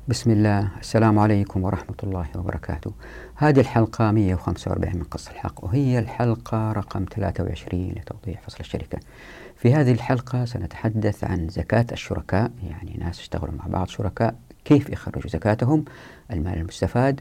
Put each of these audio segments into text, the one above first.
بسم الله، السلام عليكم ورحمة الله وبركاته. هذه الحلقة 145 من قص الحق، وهي الحلقة رقم 23 لتوضيح فصل الشركة. في هذه الحلقة سنتحدث عن زكاة الشركاء، يعني ناس اشتغلوا مع بعض شركاء، كيف يخرجوا زكاتهم المال المستفاد،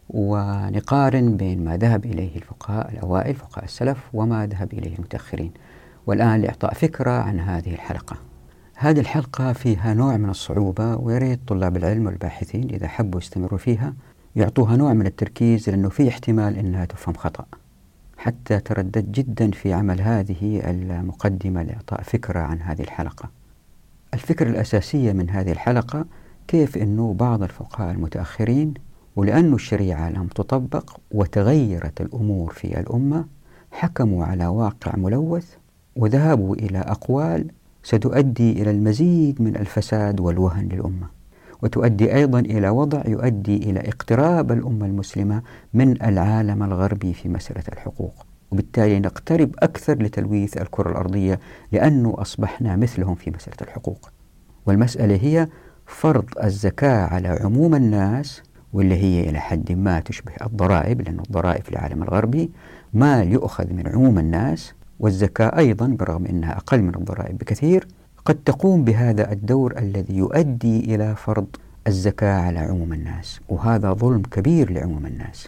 ونقارن بين ما ذهب إليه الفقهاء الأوائل فقهاء السلف وما ذهب إليه المتأخرين. والآن لإعطاء فكرة عن هذه الحلقة. هذه الحلقة فيها نوع من الصعوبة، ويريد طلاب العلم والباحثين إذا حبوا يستمروا فيها يعطوها نوع من التركيز، لأنه في احتمال أنها تفهم خطأ. حتى ترددت جدا في عمل هذه المقدمة لإعطاء فكرة عن هذه الحلقة. الفكرة الأساسية من هذه الحلقة كيف أنه بعض الفقهاء المتأخرين، ولأن الشريعة لم تطبق وتغيرت الأمور في الأمة، حكموا على واقع ملوث وذهبوا إلى أقوال ستؤدي إلى المزيد من الفساد والوهن للأمة، وتؤدي أيضا إلى وضع يؤدي إلى اقتراب الأمة المسلمة من العالم الغربي في مسألة الحقوق، وبالتالي نقترب أكثر لتلويث الكرة الأرضية، لأنه أصبحنا مثلهم في مسألة الحقوق. والمسألة هي فرض الزكاة على عموم الناس، واللي هي إلى حد ما تشبه الضرائب، لأن الضرائب في العالم الغربي مال يؤخذ من عموم الناس، والزكاة أيضا برغم أنها أقل من الضرائب بكثير قد تقوم بهذا الدور الذي يؤدي إلى فرض الزكاة على عموم الناس، وهذا ظلم كبير لعموم الناس.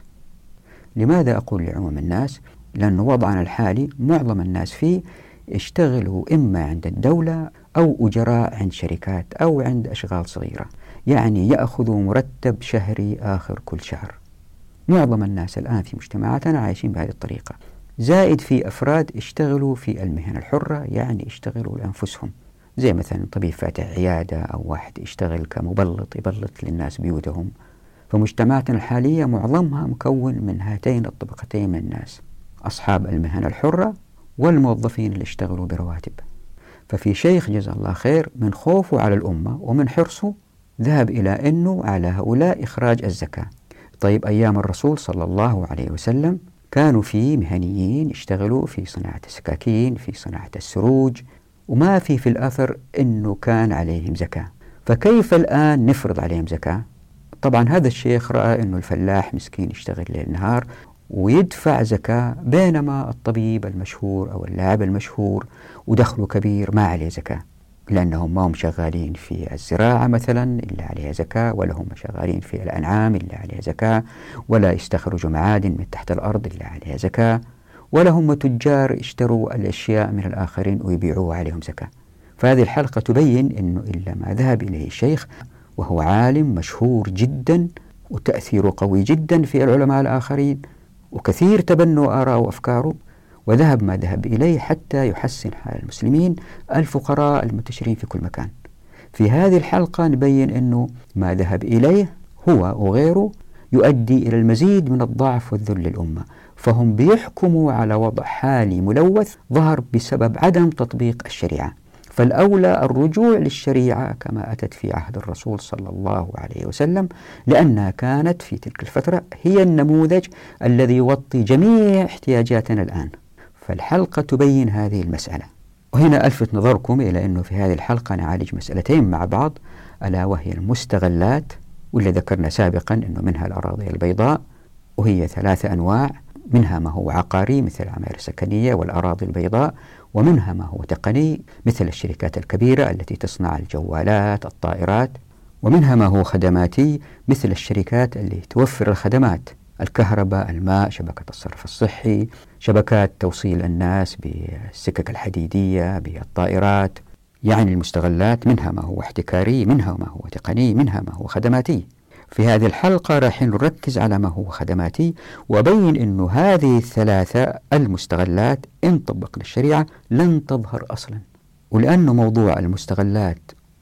لماذا أقول لعموم الناس؟ لأن وضعنا الحالي معظم الناس فيه يشتغلوا إما عند الدولة أو أجراء عند شركات أو عند أشغال صغيرة، يعني يأخذوا مرتب شهري آخر كل شهر. معظم الناس الآن في مجتمعاتنا عايشين بهذه الطريقة. زائد في أفراد يشتغلوا في المهن الحرة، يعني يشتغلوا لأنفسهم، زي مثلا طبيب فاتح عيادة أو واحد يشتغل كمبلط يبلط للناس بيوتهم. فمجتمعاتنا الحالية معظمها مكون من هاتين الطبقتين من الناس، أصحاب المهن الحرة والموظفين اللي اشتغلوا برواتب. ففي شيخ جزاه الله خير من خوفه على الأمة ومن حرصه ذهب إلى أنه على هؤلاء إخراج الزكاة. طيب أيام الرسول صلى الله عليه وسلم كانوا في مهنيين يشتغلوا في صناعة السكاكين، في صناعة السروج، وما في الأثر أنه كان عليهم زكاة. فكيف الآن نفرض عليهم زكاة؟ طبعا هذا الشيخ رأى أنه الفلاح مسكين يشتغل ليل نهار ويدفع زكاة، بينما الطبيب المشهور أو اللاعب المشهور ودخله كبير ما عليه زكاة، لأنهم ما هم شغالين في الزراعة مثلا إلا عليها زكاة، ولا هم شغالين في الأنعام إلا عليها زكاة، ولا يستخرجوا معادن من تحت الأرض إلا عليها زكاة، ولا هم تجار يشتروا الأشياء من الآخرين ويبيعوها عليهم زكاة. فهذه الحلقة تبين أنه إلا ما ذهب إليه الشيخ، وهو عالم مشهور جدا وتأثيره قوي جدا في العلماء الآخرين، وكثير تبنوا آراءه وأفكاره، وذهب ما ذهب إليه حتى يحسن حال المسلمين الفقراء المنتشرين في كل مكان. في هذه الحلقة نبين أنه ما ذهب إليه هو وغيره يؤدي إلى المزيد من الضعف والذل للأمة، فهم بيحكموا على وضع حالي ملوث ظهر بسبب عدم تطبيق الشريعة. فالأولى الرجوع للشريعة كما أتت في عهد الرسول صلى الله عليه وسلم، لأنها كانت في تلك الفترة هي النموذج الذي يغطي جميع احتياجاتنا الآن. فالحلقة تبين هذه المسألة. وهنا ألفت نظركم إلى أنه في هذه الحلقة نعالج مسألتين مع بعض، ألا وهي المستغلات، واللي ذكرنا سابقا أنه منها الأراضي البيضاء، وهي 3 أنواع، منها ما هو عقاري مثل العماير السكنية والأراضي البيضاء، ومنها ما هو تقني مثل الشركات الكبيرة التي تصنع الجوالات الطائرات، ومنها ما هو خدماتي مثل الشركات اللي توفر الخدمات، الكهرباء، الماء، شبكة الصرف الصحي، شبكات توصيل الناس بالسكك الحديدية، بالطائرات. يعني المستغلات منها ما هو احتكاري، منها ما هو تقني، منها ما هو خدماتي. في هذه الحلقة راح نركز على ما هو خدماتي، وأبين أنه هذه ال3 المستغلات إن طبق للشريعة لن تظهر أصلا. ولأنه موضوع المستغلات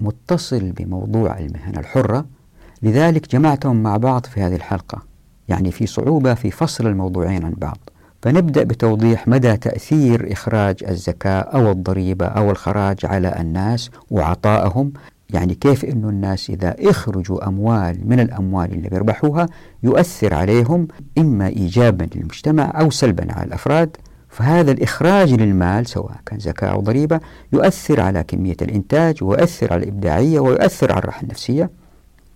متصل بموضوع المهن الحرة، لذلك جمعتهم مع بعض في هذه الحلقة، يعني في صعوبة في فصل الموضوعين عن بعض. فنبدأ بتوضيح مدى تأثير إخراج الزكاة أو الضريبة أو الخراج على الناس وعطائهم، يعني كيف أن الناس إذا اخرجوا أموال من الأموال اللي بيربحوها يؤثر عليهم إما إيجابا للمجتمع أو سلبا على الأفراد. فهذا الإخراج للمال سواء كان زكاة أو ضريبة يؤثر على كمية الإنتاج، ويؤثر على الإبداعية، ويؤثر على الراحة النفسية.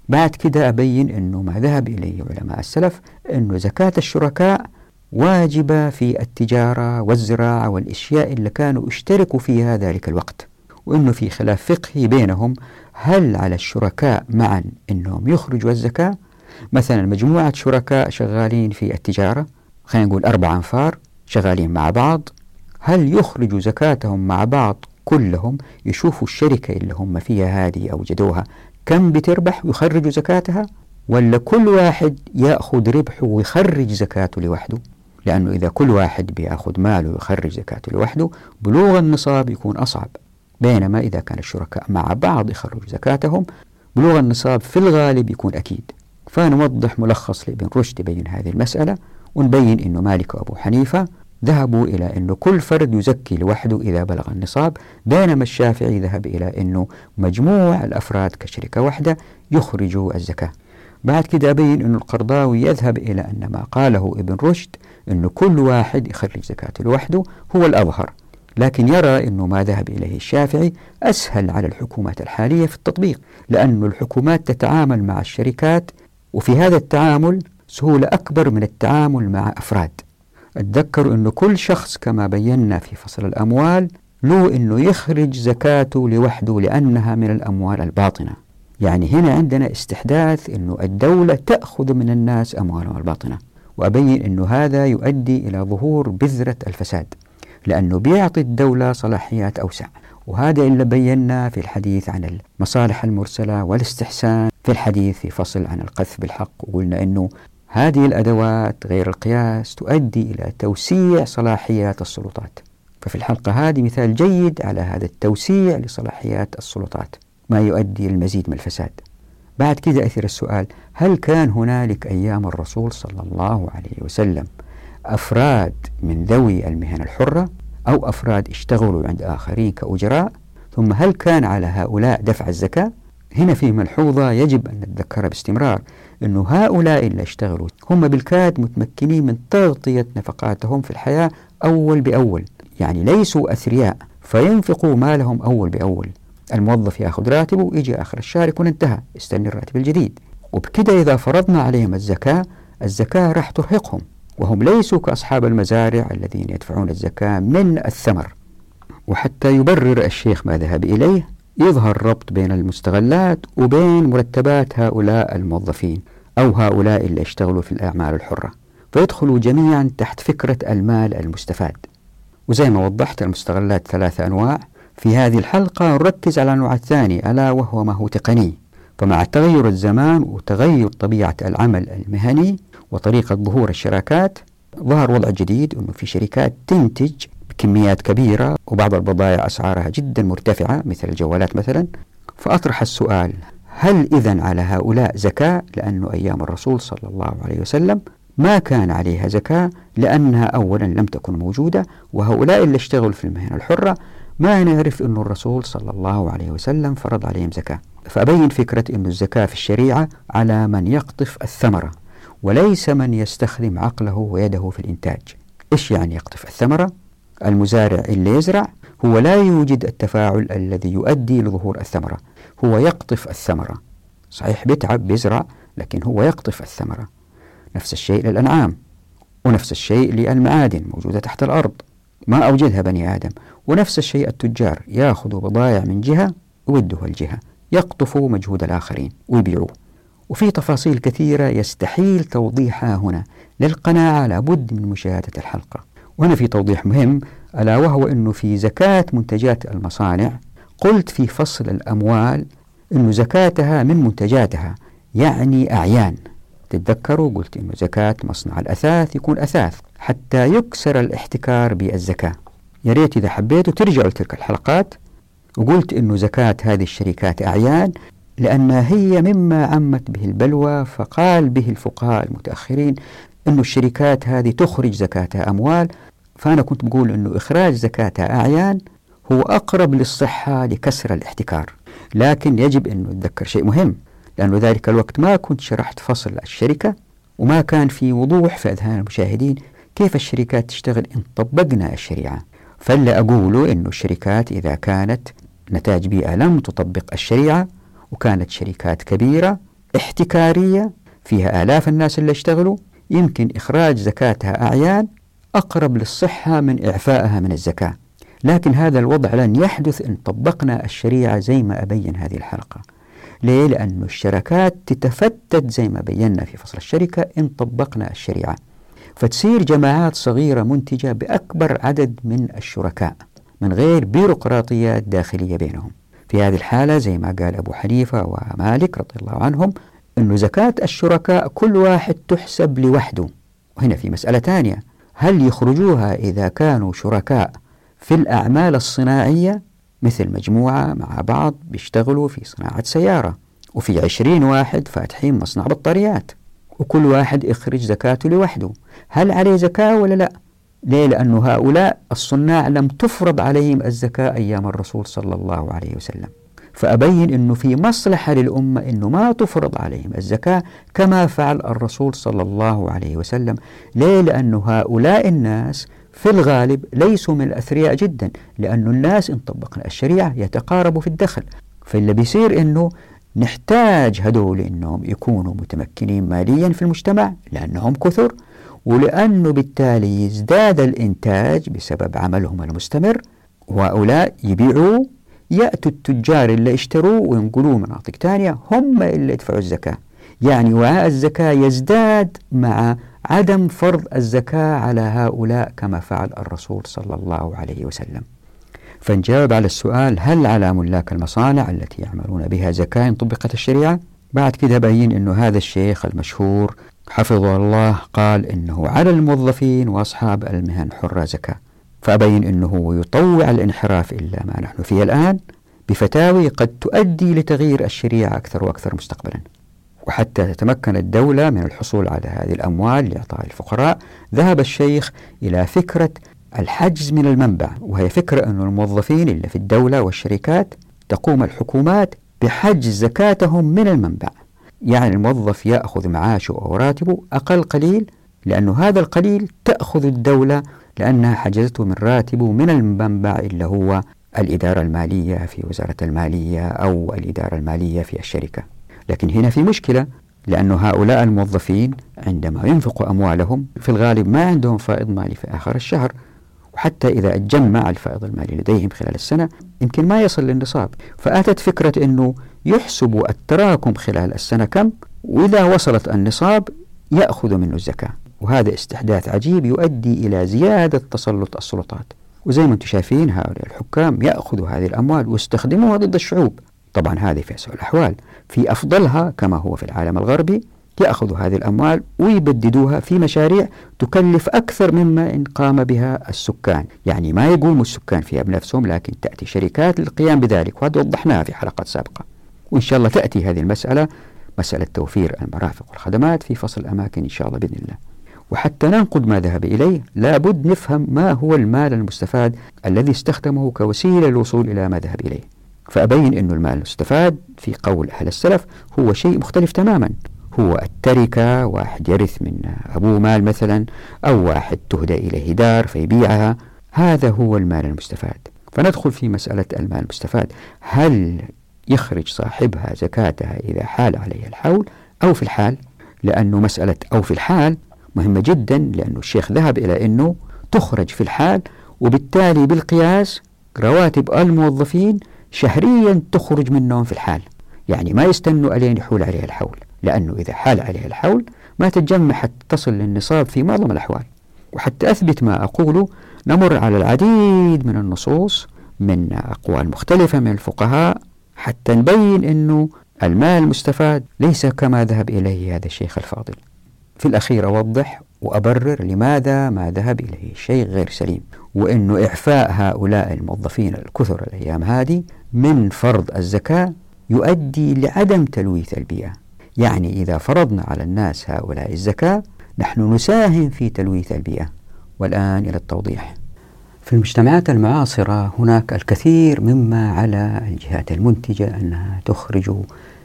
بعد كده أبين أنه ما ذهب إليه علماء السلف أنه زكاة الشركاء واجبة في التجارة والزراعة والأشياء اللي كانوا اشتركوا فيها ذلك الوقت، وأنه في خلاف فقهي بينهم هل على الشركاء معا أنهم يخرجوا الزكاة. مثلا مجموعة شركاء شغالين في التجارة، خلينا نقول 4 أنفار شغالين مع بعض، هل يخرجوا زكاتهم مع بعض كلهم، يشوفوا الشركة اللي هم فيها هذه أوجدوها كم بتربح ويخرجوا زكاتها، ولا كل واحد يأخذ ربحه ويخرج زكاته لوحده؟ لأنه إذا كل واحد بيأخذ ماله ويخرج زكاته لوحده بلوغ النصاب يكون أصعب، بينما إذا كان الشركاء مع بعض يخرجوا زكاتهم بلوغ النصاب في الغالب يكون أكيد. فنوضح ملخص لابن رشد يبين هذه المسألة، ونبين أنه مالك وأبو حنيفة ذهبوا إلى أنه كل فرد يزكي لوحده إذا بلغ النصاب، بينما الشافعي ذهب إلى أنه مجموع الأفراد كشركة واحدة يخرجوا الزكاة. بعد كده أبين أن القرضاوي يذهب إلى أن ما قاله ابن رشد أنه كل واحد يخرج زكاته لوحده هو الأظهر، لكن يرى أنه ما ذهب إليه الشافعي أسهل على الحكومات الحالية في التطبيق، لأن الحكومات تتعامل مع الشركات وفي هذا التعامل سهولة أكبر من التعامل مع أفراد. اتذكروا أنه كل شخص كما بينا في فصل الأموال له أنه يخرج زكاته لوحده لأنها من الأموال الباطنة. يعني هنا عندنا استحداث أنه الدولة تأخذ من الناس أموالهم الباطنة، وأبين أنه هذا يؤدي إلى ظهور بذرة الفساد، لأنه بيعطي الدولة صلاحيات أوسع. وهذا اللي بينا في الحديث عن المصالح المرسلة والاستحسان في الحديث في فصل عن القذف بالحق، وقلنا أنه هذه الأدوات غير القياس تؤدي إلى توسيع صلاحيات السلطات. ففي الحلقة هذه مثال جيد على هذا التوسيع لصلاحيات السلطات، ما يؤدي للمزيد من الفساد. بعد كده أثير السؤال، هل كان هنالك أيام الرسول صلى الله عليه وسلم أفراد من ذوي المهن الحرة أو أفراد اشتغلوا عند آخرين كأجراء؟ ثم هل كان على هؤلاء دفع الزكاة؟ هنا في ملحوظة يجب أن نتذكرها باستمرار، أنه هؤلاء اللي اشتغلوا هم بالكاد متمكنين من تغطية نفقاتهم في الحياة أول بأول، يعني ليسوا أثرياء فينفقوا مالهم أول بأول. الموظف يأخذ راتبه ويجي آخر الشهر يكون انتهى، يستني الراتب الجديد. وبكده إذا فرضنا عليهم الزكاة راح ترهقهم، وهم ليسوا كأصحاب المزارع الذين يدفعون الزكاة من الثمر. وحتى يبرر الشيخ ما ذهب إليه يظهر ربط بين المستغلات وبين مرتبات هؤلاء الموظفين أو هؤلاء اللي اشتغلوا في الأعمال الحرة، فيدخلوا جميعا تحت فكرة المال المستفاد. وزي ما وضحت المستغلات 3 أنواع، في هذه الحلقة نركز على النوع الثاني ألا وهو ما هو تقني. فمع تغير الزمان وتغير طبيعة العمل المهني وطريقة ظهور الشراكات ظهر وضع جديد، أنه في شركات تنتج بكميات كبيرة وبعض البضائع أسعارها جدا مرتفعة مثل الجوالات مثلا. فأطرح السؤال، هل إذن على هؤلاء زكاة؟ لأنه أيام الرسول صلى الله عليه وسلم ما كان عليها زكاة، لأنها أولا لم تكن موجودة، وهؤلاء اللي اشتغلوا في المهنة الحرة ما نعرف أن الرسول صلى الله عليه وسلم فرض عليهم زكاة. فأبين فكرة أن الزكاة في الشريعة على من يقطف الثمرة وليس من يستخدم عقله ويده في الإنتاج. إيش يعني يقطف الثمرة؟ المزارع اللي يزرع هو لا يوجد التفاعل الذي يؤدي لظهور الثمرة، هو يقطف الثمرة، صحيح بيتعب بيزرع لكن هو يقطف الثمرة. نفس الشيء للأنعام، ونفس الشيء للمعادن موجودة تحت الأرض ما أوجدها بني آدم، ونفس الشيء التجار يأخذوا بضائع من جهة ويودوها الجهة، يقطفوا مجهود الآخرين ويبيعوه. وفي تفاصيل كثيرة يستحيل توضيحها هنا، للقناعة لابد من مشاهدة الحلقة. وهنا في توضيح مهم ألا وهو أنه في زكاة منتجات المصانع قلت في فصل الأموال أنه زكاتها من منتجاتها يعني أعيان. تتذكروا قلت أنه زكاة مصنع الأثاث يكون أثاث حتى يكسر الاحتكار بالزكاة. يا ريت إذا حبيتوا ترجعوا لتلك الحلقات. وقلت أنه زكاة هذه الشركات أعيان لأنها هي مما عمت به البلوى، فقال به الفقهاء المتأخرين أنه الشركات هذه تخرج زكاتها أموال. فأنا كنت بقول أنه إخراج زكاتها أعيان هو أقرب للصحة لكسر الاحتكار، لكن يجب أن نتذكر شيء مهم، لأنه ذلك الوقت ما كنت شرحت فصل الشركة وما كان في وضوح في أذهان المشاهدين كيف الشركات تشتغل إن طبقنا الشريعة. فاللي أقوله أنه الشركات إذا كانت نتاج بيئة لم تطبق الشريعة وكانت شركات كبيرة احتكارية فيها آلاف الناس اللي اشتغلوا، يمكن إخراج زكاتها أعيان أقرب للصحة من إعفائها من الزكاة. لكن هذا الوضع لن يحدث إن طبقنا الشريعة زي ما أبين هذه الحلقة. ليه؟ لأن الشركات تتفتت زي ما بينا في فصل الشركة إن طبقنا الشريعة، فتصير جماعات صغيرة منتجة بأكبر عدد من الشركاء من غير بيروقراطيات داخلية بينهم. في هذه الحالة زي ما قال أبو حنيفة ومالك رضي الله عنهم أن زكاة الشركاء كل واحد تحسب لوحده. وهنا في مسألة ثانية، هل يخرجوها إذا كانوا شركاء في الأعمال الصناعية، مثل مجموعة مع بعض بيشتغلوا في صناعة سيارة وفي 20 واحد فاتحين مصنع بطاريات وكل واحد يخرج زكاته لوحده، هل عليه زكاة ولا لا؟ ليه؟ لأن هؤلاء الصناع لم تفرض عليهم الزكاة أيام الرسول صلى الله عليه وسلم، فأبين أنه في مصلحة للأمة أنه ما تفرض عليهم الزكاة كما فعل الرسول صلى الله عليه وسلم. ليه؟ لأن هؤلاء الناس في الغالب ليسوا من الأثرياء جدا، لأن الناس إن طبقنا الشريعة يتقاربوا في الدخل، فاللي بيصير أنه نحتاج هدول أنهم يكونوا متمكنين ماليا في المجتمع لأنهم كثر، ولأنه بالتالي يزداد الإنتاج بسبب عملهم المستمر، وهؤلاء يبيعوا، يأتوا التجار اللي اشتروا وينقلوه مناطق تانية هم اللي يدفعوا الزكاة. يعني وعاء الزكاة يزداد مع عدم فرض الزكاة على هؤلاء كما فعل الرسول صلى الله عليه وسلم. فنجاوب على السؤال، هل على ملاك المصانع التي يعملون بها زكاة إن طبقت الشريعة؟ بعد كده بين أنه هذا الشيخ المشهور حفظه الله قال إنه على الموظفين وأصحاب المهن حرة زكاة، فأبين أنه يطوع الانحراف إلا ما نحن فيه الآن بفتاوي قد تؤدي لتغيير الشريعة أكثر وأكثر مستقبلا. وحتى تتمكن الدولة من الحصول على هذه الأموال لإعطاء الفقراء، ذهب الشيخ إلى فكرة الحجز من المنبع، وهي فكرة أن الموظفين اللي في الدولة والشركات تقوم الحكومات بحجز زكاتهم من المنبع. يعني الموظف يأخذ معاشه أو راتبه أقل قليل، لأنه هذا القليل تأخذ الدولة لأنها حجزته من راتبه من المنبع اللي هو الإدارة المالية في وزارة المالية أو الإدارة المالية في الشركة. لكن هنا في مشكلة، لأن هؤلاء الموظفين عندما ينفقوا أموالهم في الغالب ما عندهم فائض مالي في آخر الشهر، وحتى إذا اتجمع الفائض المالي لديهم خلال السنة يمكن ما يصل للنصاب. فأتت فكرة أنه يحسبوا التراكم خلال السنة كم، وإذا وصلت النصاب يأخذ منه الزكاة. وهذا استحداث عجيب يؤدي إلى زيادة تسلط السلطات. وزي ما انتم شايفين هؤلاء الحكام يأخذوا هذه الأموال ويستخدموها ضد الشعوب. طبعا هذه في أسوأ الأحوال. في أفضلها كما هو في العالم الغربي يأخذوا هذه الأموال ويبددوها في مشاريع تكلف أكثر مما إن قام بها السكان. يعني ما يقوموا السكان فيها بنفسهم، لكن تأتي شركات للقيام بذلك، وهذا وضحناها في حلقات سابقة. وإن شاء الله تأتي هذه المسألة، مسألة توفير المرافق والخدمات، في فصل الأماكن إن شاء الله بإذن الله. وحتى ننقد ما ذهب إليه لابد نفهم ما هو المال المستفاد الذي استخدمه كوسيلة للوصول إلى ما ذهب إليه. فأبين أن المال المستفاد في قول أهل السلف هو شيء مختلف تماما. هو التركة، واحد يرث من أبوه مال مثلا، أو واحد تهدى إليه دار فيبيعها، هذا هو المال المستفاد. فندخل في مسألة المال المستفاد، هل يخرج صاحبها زكاتها إذا حال عليه الحول أو في الحال؟ لأنه مسألة أو في الحال مهمة جدا، لأنه الشيخ ذهب إلى أنه تخرج في الحال، وبالتالي بالقياس رواتب الموظفين شهريا تخرج منهم في الحال. يعني ما يستنوا ألين يحول عليه الحول، لأنه إذا حال عليه الحول ما تتجمع حتى تصل للنصاب في معظم الأحوال. وحتى أثبت ما أقوله نمر على العديد من النصوص من أقوال مختلفة من الفقهاء حتى نبين أنه المال المستفاد ليس كما ذهب إليه هذا الشيخ الفاضل. في الأخير أوضح وأبرر لماذا ما ذهب إليه شيء غير سليم، وأنه إعفاء هؤلاء الموظفين الكثر الأيام هذه من فرض الزكاة يؤدي لعدم تلويث البيئة. يعني إذا فرضنا على الناس هؤلاء الزكاة نحن نساهم في تلويث البيئة. والآن إلى التوضيح. في المجتمعات المعاصرة هناك الكثير مما على الجهات المنتجة أنها تخرج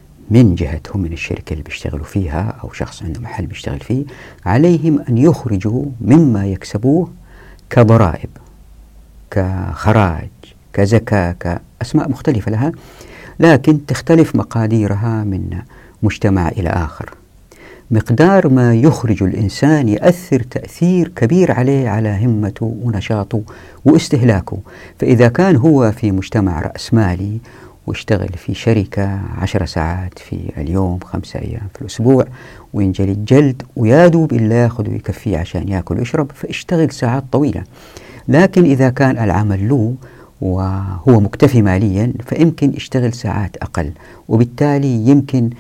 من جهتهم، من الشركة اللي بيشتغلوا فيها أو شخص عنده محل بيشتغل فيه، عليهم أن يخرجوا مما يكسبوه كضرائب، كخراج، كزكاة، كأسماء مختلفة لها، لكن تختلف مقاديرها من مجتمع إلى آخر. مقدار ما يخرج الإنسان يأثر تأثير كبير عليه، على همته ونشاطه واستهلاكه. فإذا كان هو في مجتمع رأسمالي واشتغل في شركة 10 ساعات في اليوم 5 أيام في الأسبوع وينجلد جلد ويادوب إلا يأخذ ويكفيه عشان يأكل ويشرب، فاشتغل ساعات طويلة. لكن إذا كان العمل له وهو مكتفي ماليا فيمكن يشتغل ساعات أقل، وبالتالي يمكن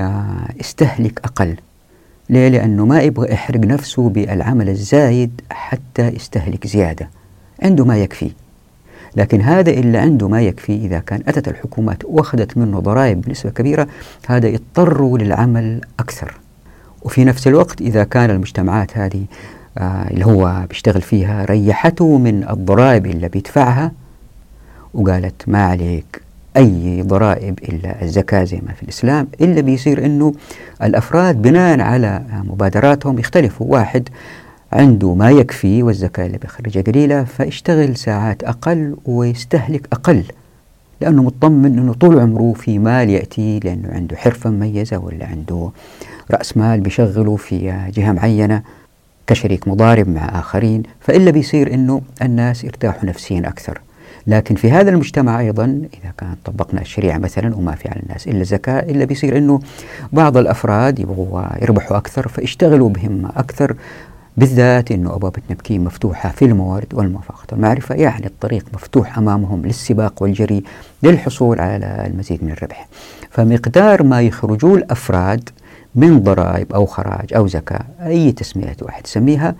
يستهلك أقل. ليه؟ لأنه ما يبغى يحرق نفسه بالعمل الزايد حتى يستهلك زيادة، عنده ما يكفي. لكن هذا اللي عنده ما يكفي إذا كان أتت الحكومات وأخذت منه ضرائب بنسبة كبيرة، هذا يضطر للعمل أكثر. وفي نفس الوقت إذا كان المجتمعات هذه اللي هو بيشتغل فيها ريحته من الضرائب اللي بيدفعها وقالت ما عليك أي ضرائب إلا الزكاة زي ما في الإسلام، إلا بيصير أنه الأفراد بناء على مبادراتهم يختلفوا. واحد عنده ما يكفي والزكاة اللي بيخرجها قليلة فيشتغل ساعات أقل ويستهلك أقل، لأنه مطمن أنه طول عمره في مال يأتي، لأنه عنده حرفة مميزة ولا عنده رأس مال بيشغله في جهة معينة كشريك مضارب مع آخرين، فإلا بيصير أنه الناس يرتاحوا نفسيا أكثر. لكن في هذا المجتمع أيضا إذا كان طبقنا الشريعة مثلا وما في على الناس إلا زكاة، إلا بيصير أنه بعض الأفراد يبغوا يربحوا أكثر فيشتغلوا بهمة أكثر، بالذات أنه أبواب التمكين مفتوحة في الموارد والموافقة المعرفة، يعني الطريق مفتوح أمامهم للسباق والجري للحصول على المزيد من الربح. فمقدار ما يخرجوا الأفراد من ضرائب أو خراج أو زكاة، أي تسمية واحد تسميها،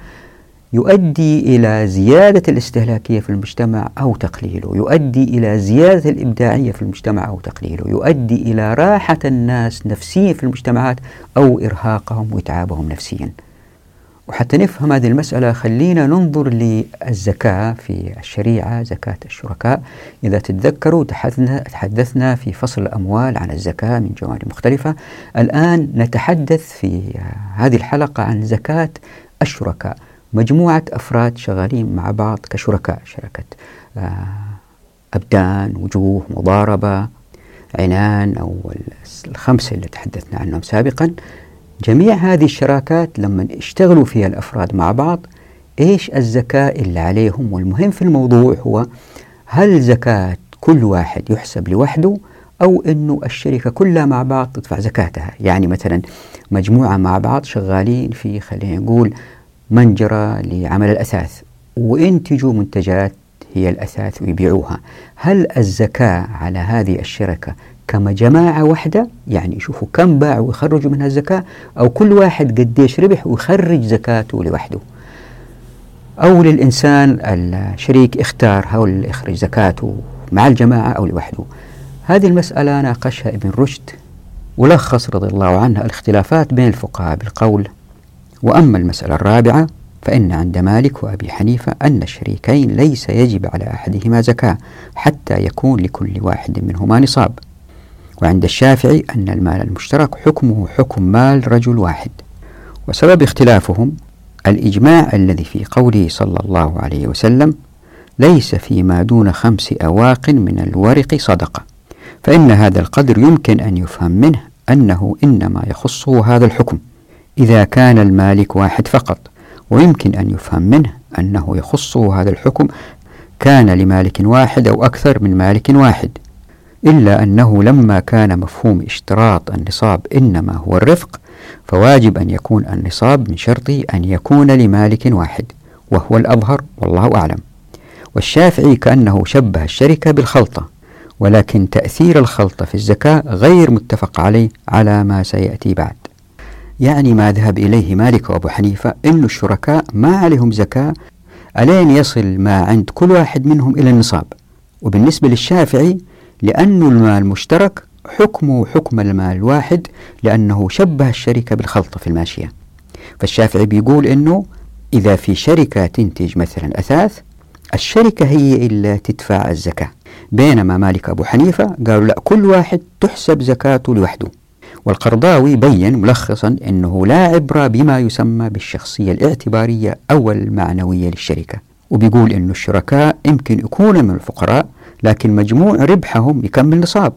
يؤدي إلى زيادة الاستهلاكية في المجتمع أو تقليله، يؤدي إلى زيادة الإبداعية في المجتمع أو تقليله، يؤدي إلى راحة الناس نفسيا في المجتمعات أو إرهاقهم وإتعابهم نفسيا. وحتى نفهم هذه المسألة خلينا ننظر للزكاة في الشريعة، زكاة الشركاء. إذا تتذكروا تحدثنا في فصل الأموال عن الزكاة من جوانب مختلفة. الآن نتحدث في هذه الحلقة عن زكاة الشركاء، مجموعة أفراد شغالين مع بعض كشركاء، شركة أبدان، وجوه، مضاربة، عنان، أو الخمسة اللي تحدثنا عنهم سابقا. جميع هذه الشراكات لما اشتغلوا فيها الأفراد مع بعض، إيش الزكاة اللي عليهم؟ والمهم في الموضوع هو هل زكاة كل واحد يحسب لوحده أو أنه الشركة كلها مع بعض تدفع زكاتها. يعني مثلا مجموعة مع بعض شغالين في خلينا نقول منجرة لعمل الأثاث وينتجوا منتجات هي الأثاث ويبيعوها، هل الزكاة على هذه الشركة كما جماعة واحدة، يعني يشوفوا كم باعوا ويخرجوا منها الزكاة، أو كل واحد قديش ربح ويخرج زكاته لوحده؟ أو للإنسان الشريك اختار هل يخرج زكاته مع الجماعة أو لوحده؟ هذه المسألة ناقشها ابن رشد ولخص رضي الله عنه الاختلافات بين الفقهاء بالقول: وأما المسألة الرابعة فإن عند مالك وأبي حنيفة أن الشريكين ليس يجب على أحدهما زكاة حتى يكون لكل واحد منهما نصاب. وعند الشافعي أن المال المشترك حكمه حكم مال رجل واحد. وسبب اختلافهم الإجماع الذي في قوله صلى الله عليه وسلم: ليس فيما دون 5 أواق من الورق صدقة، فإن هذا القدر يمكن أن يفهم منه أنه إنما يخصه هذا الحكم إذا كان المالك واحد فقط، ويمكن أن يفهم منه أنه يخصه هذا الحكم كان لمالك واحد أو أكثر من مالك واحد، إلا أنه لما كان مفهوم اشتراط النصاب إنما هو الرفق، فواجب أن يكون النصاب من شرطه أن يكون لمالك واحد، وهو الأظهر والله أعلم. والشافعي كأنه شبه الشركة بالخلطة، ولكن تأثير الخلطة في الزكاة غير متفق عليه على ما سيأتي بعد. يعني ما ذهب إليه مالك وأبو حنيفة إن الشركاء ما عليهم زكاة ألين يصل ما عند كل واحد منهم إلى النصاب. وبالنسبة للشافعي لأن المال مشترك حكمه حكم المال الواحد، لأنه شبه الشركة بالخلطة في الماشية. فالشافعي بيقول إنه إذا في شركة تنتج مثلا أثاث، الشركة هي اللي تدفع الزكاة، بينما مالك أبو حنيفة قالوا لا، كل واحد تحسب زكاته لوحده. والقرضاوي بين ملخصا أنه لا عبرة بما يسمى بالشخصية الاعتبارية أو المعنوية للشركة، وبيقول أن الشركاء يمكن يكونوا من الفقراء لكن مجموع ربحهم يكمل نصاب،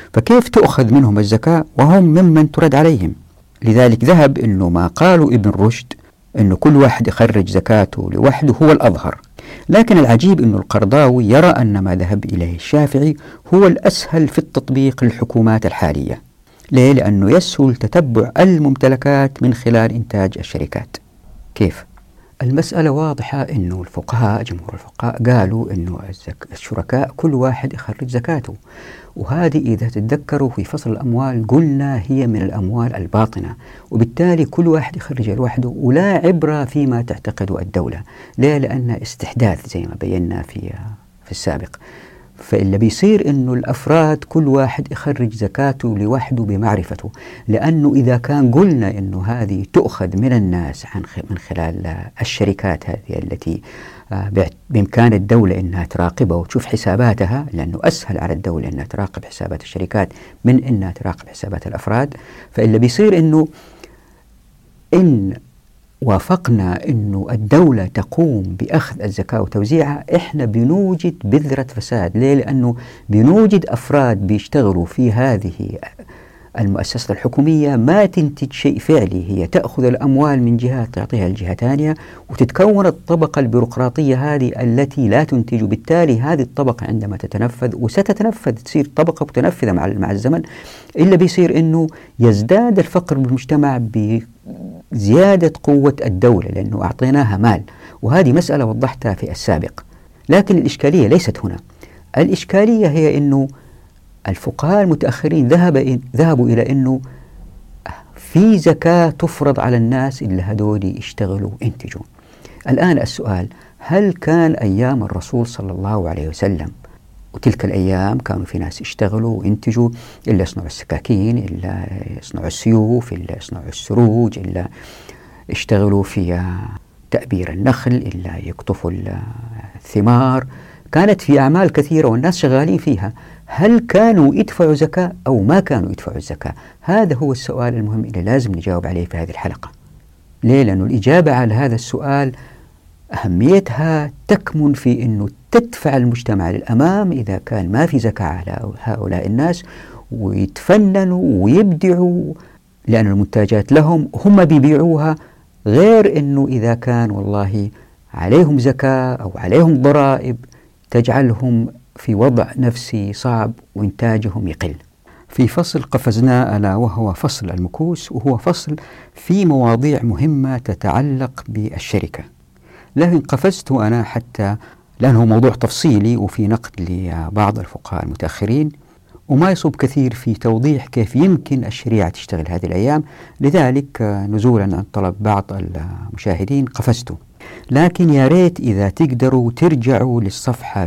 فكيف تؤخذ منهم الزكاة وهم ممن ترد عليهم؟ لذلك ذهب أنه ما قالوا ابن رشد أنه كل واحد يخرج زكاته لوحده هو الأظهر. لكن العجيب أن القرضاوي يرى أن ما ذهب إليه الشافعي هو الأسهل في التطبيق للحكومات الحالية. ليه؟ لأنه يسهل تتبع الممتلكات من خلال إنتاج الشركات. كيف؟ المسألة واضحة، أنه الفقهاء جمهور الفقهاء قالوا أنه الشركاء كل واحد يخرج زكاته، وهذه إذا تتذكروا في فصل الأموال قلنا هي من الأموال الباطنة، وبالتالي كل واحد يخرج لوحده ولا عبرة فيما تعتقده الدولة. ليه؟ لأن استحداث زي ما بينا في السابق. فاللي بيصير أنه الأفراد كل واحد يخرج زكاته لوحده بمعرفته، لأنه إذا كان قلنا أنه هذه تؤخذ من الناس من خلال الشركات هذه التي بإمكان الدولة أنها تراقبها وتشوف حساباتها، لأنه أسهل على الدولة أنها تراقب حسابات الشركات من أنها تراقب حسابات الأفراد. فاللي بيصير أنه إن وافقنا أنه الدولة تقوم بأخذ الزكاة وتوزيعها، إحنا بنوجد بذرة فساد. ليه؟ لأنه بنوجد أفراد بيشتغلوا في هذه المؤسسة الحكومية ما تنتج شيء فعلي، هي تأخذ الأموال من جهة تعطيها لجهة ثانية، وتتكون الطبقة البيروقراطية هذه التي لا تنتج. بالتالي هذه الطبقة عندما تتنفذ وستتنفذ تصير طبقة متنفذة مع الزمن، إلا بيصير أنه يزداد الفقر بالمجتمع بزيادة قوة الدولة، لأنه أعطيناها مال. وهذه مسألة وضحتها في السابق. لكن الإشكالية ليست هنا. الإشكالية هي أنه الفقهاء المتأخرين ذهبوا إلى أنه في زكاة تفرض على الناس اللي هدول يشتغلوا ينتجوا. الآن السؤال، هل كان أيام الرسول صلى الله عليه وسلم وتلك الأيام كانوا في ناس يشتغلوا وينتجوا، إلا يصنعوا السكاكين، إلا يصنعوا السيوف، إلا يصنعوا السروج، إلا يشتغلوا في تأبير النخل، إلا يقطفوا الثمار؟ كانت في أعمال كثيرة والناس شغالين فيها. هل كانوا يدفعوا زكاة أو ما كانوا يدفعوا الزكاة؟ هذا هو السؤال المهم اللي لازم نجاوب عليه في هذه الحلقة. ليه؟ لأنه الإجابة على هذا السؤال أهميتها تكمن في أنه تدفع المجتمع للأمام إذا كان ما في زكاة على هؤلاء الناس، ويتفننوا ويبدعوا، لأن المنتجات لهم هم بيبيعوها، غير أنه إذا كان والله عليهم زكاة أو عليهم ضرائب تجعلهم في وضع نفسي صعب وإنتاجهم يقل. في فصل قفزناه ألا وهو فصل المكوس، وهو فصل في مواضيع مهمة تتعلق بالشركة، لكن قفزت أنا حتى لأنه موضوع تفصيلي وفي نقد لبعض الفقهاء المتأخرين، وما يصب كثير في توضيح كيف يمكن الشريعة تشتغل هذه الأيام. لذلك نزولا عن طلب بعض المشاهدين قفزته. لكن يا ريت إذا تقدروا ترجعوا للصفحة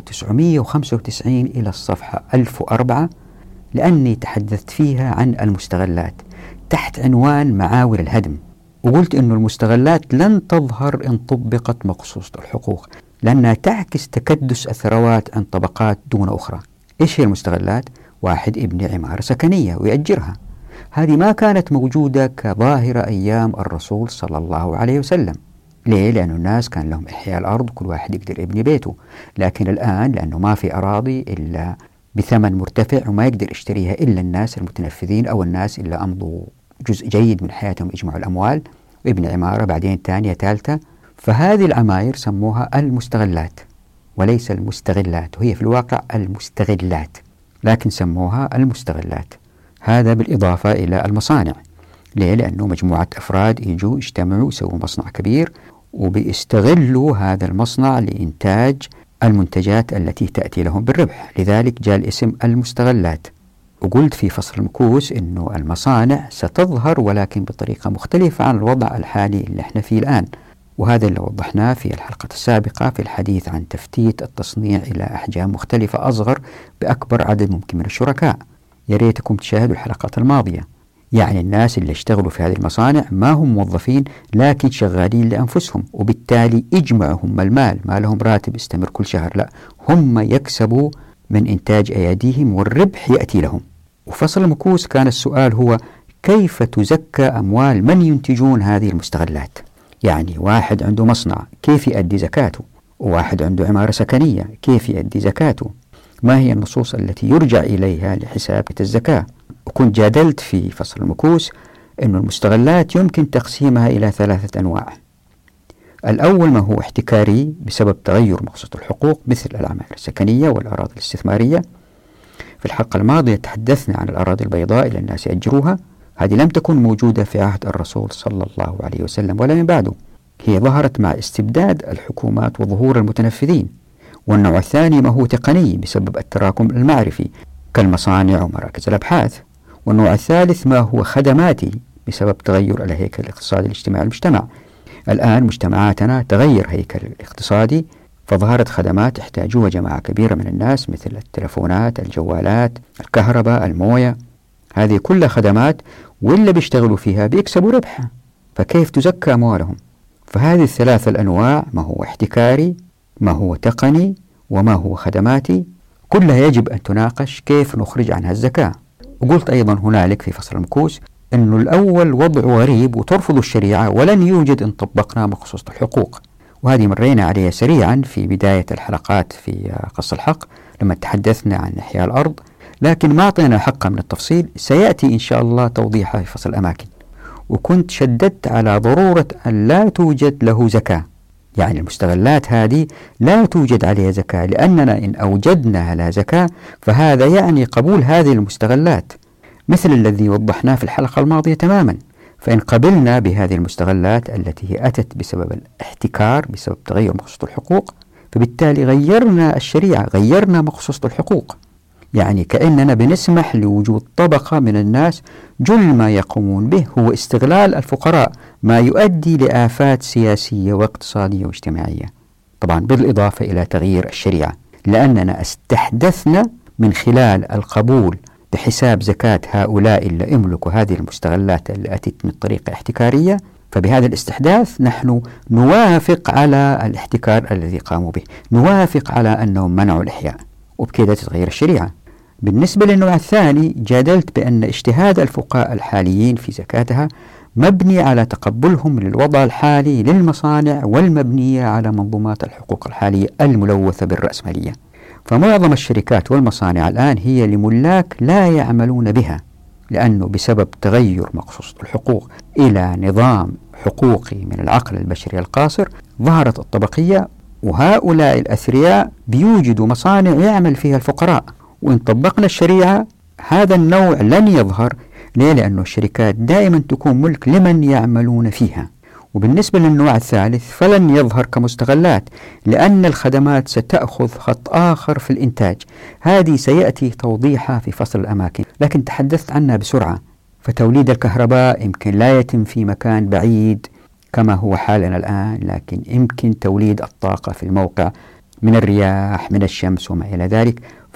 995 إلى الصفحة 1004، لأني تحدثت فيها عن المستغلات تحت عنوان معاول الهدم، وقلت أن المستغلات لن تظهر إن طبقت مقصوصة الحقوق، لأنها تعكس تكدس الثروات عن طبقات دون أخرى. إيش هي المستغلات؟ واحد يبني عمارة سكنية ويأجرها، هذه ما كانت موجودة كظاهرة أيام الرسول صلى الله عليه وسلم. ليه؟ لأن الناس كان لهم إحياء الأرض، كل واحد يقدر يبني بيته. لكن الآن لأنه ما في أراضي إلا بثمن مرتفع وما يقدر يشتريها إلا الناس المتنفذين أو الناس اللي أمضوا جزء جيد من حياتهم يجمعوا الأموال ويبني عمارة بعدين ثانية ثالثة. فهذه العماير سموها المستغلات وليس المستغلات، وهي في الواقع المستغلات، لكن سموها المستغلات. هذا بالإضافة إلى المصانع. ليه؟ لأنه مجموعة أفراد يجوا يجتمعوا يسووا مصنع كبير وبيستغلوا هذا المصنع لإنتاج المنتجات التي تأتي لهم بالربح، لذلك جاء الاسم المستغلات. وقلت في فصل المكوس أنه المصانع ستظهر ولكن بطريقة مختلفة عن الوضع الحالي اللي احنا فيه الآن، وهذا اللي وضحناه في الحلقة السابقة في الحديث عن تفتيت التصنيع إلى أحجام مختلفة أصغر بأكبر عدد ممكن من الشركاء. يا ريتكم تشاهدوا الحلقات الماضية. يعني الناس اللي اشتغلوا في هذه المصانع ما هم موظفين لكن شغالين لأنفسهم، وبالتالي يجمعهم المال، ما لهم راتب يستمر كل شهر، لا، هم يكسبوا من إنتاج أيديهم والربح يأتي لهم. وفصل المكوس كان السؤال هو كيف تزكى أموال من ينتجون هذه المستغلات؟ يعني واحد عنده مصنع كيف يؤدي زكاته؟ وواحد عنده عمارة سكنية كيف يؤدي زكاته؟ ما هي النصوص التي يرجع إليها لحساب الزكاة. وكنت جادلت في فصل المكوس أن المستغلات يمكن تقسيمها إلى 3 أنواع. الأول ما هو احتكاري بسبب تغير مقصود الحقوق مثل الأعمال السكنية والأراضي الاستثمارية. في الحلقة الماضية تحدثنا عن الأراضي البيضاء اللي الناس يأجروها، هذه لم تكن موجودة في عهد الرسول صلى الله عليه وسلم ولا من بعده، هي ظهرت مع استبداد الحكومات وظهور المتنفذين. والنوع الثاني ما هو تقني بسبب التراكم المعرفي كالمصانع ومراكز الأبحاث. والنوع الثالث ما هو خدماتي بسبب تغير الهيكل الاقتصادي الاجتماعي المجتمع. الآن مجتمعاتنا تغير هيكل الاقتصادي، فظهرت خدمات يحتاجوها جماعة كبيرة من الناس مثل التلفونات، الجوالات، الكهرباء، الموية. هذه كلها خدمات واللي بيشتغلوا فيها بيكسبوا ربح، فكيف تزكى أموالهم؟ فهذه ال3 الأنواع، ما هو احتكاري، ما هو تقني، وما هو خدماتي، كلها يجب أن تناقش كيف نخرج عنها الزكاة. وقلت أيضا هنالك في فصل المكوس أنه الأول وضع غريب وترفض الشريعة ولن يوجد إن طبقنا مقصوصة الحقوق، وهذه مرينا عليها سريعا في بداية الحلقات في قص الحق لما تحدثنا عن إحياء الأرض، لكن ما أعطينا حقها من التفصيل، سيأتي إن شاء الله توضيحها في فصل الأماكن. وكنت شددت على ضرورة أن لا توجد له زكاة، يعني المستغلات هذه لا توجد عليها زكاة، لأننا إن أوجدنا لها زكاة فهذا يعني قبول هذه المستغلات مثل الذي وضحناه في الحلقة الماضية تماما. فإن قبلنا بهذه المستغلات التي هي أتت بسبب الاحتكار بسبب تغير مقصوصة الحقوق، فبالتالي غيرنا الشريعة، غيرنا مقصوصة الحقوق، يعني كأننا بنسمح لوجود طبقة من الناس جل ما يقومون به هو استغلال الفقراء، ما يؤدي لآفات سياسية واقتصادية واجتماعية، طبعا بالإضافة إلى تغيير الشريعة، لأننا استحدثنا من خلال القبول بحساب زكاة هؤلاء اللي يملكوا هذه المستغلات اللي أتت من طريقة احتكارية. فبهذا الاستحداث نحن نوافق على الاحتكار الذي قاموا به، نوافق على أنهم منعوا الإحياء، وبكذا تتغير الشريعة. بالنسبة للنوع الثاني جادلت بأن اجتهاد الفقهاء الحاليين في زكاتها مبني على تقبلهم للوضع الحالي للمصانع والمبنية على منظومات الحقوق الحالية الملوثة بالرأسمالية. فمعظم الشركات والمصانع الآن هي لملاك لا يعملون بها، لأنه بسبب تغير مقصوصة الحقوق إلى نظام حقوقي من العقل البشري القاصر ظهرت الطبقية، وهؤلاء الأثرياء بيوجدوا مصانع يعمل فيها الفقراء. وإن طبقنا الشريعة هذا النوع لن يظهر. ليه؟ لأنه الشركات دائما تكون ملك لمن يعملون فيها. وبالنسبة للنوع الثالث فلن يظهر كمستغلات، لأن الخدمات ستأخذ خط آخر في الإنتاج، هذه سيأتي توضيحها في فصل الأماكن، لكن تحدثت عنها بسرعة. فتوليد الكهرباء يمكن لا يتم في مكان بعيد كما هو حالنا الآن، لكن يمكن توليد الطاقة في الموقع من الرياح، من الشمس وما إلى ذلك.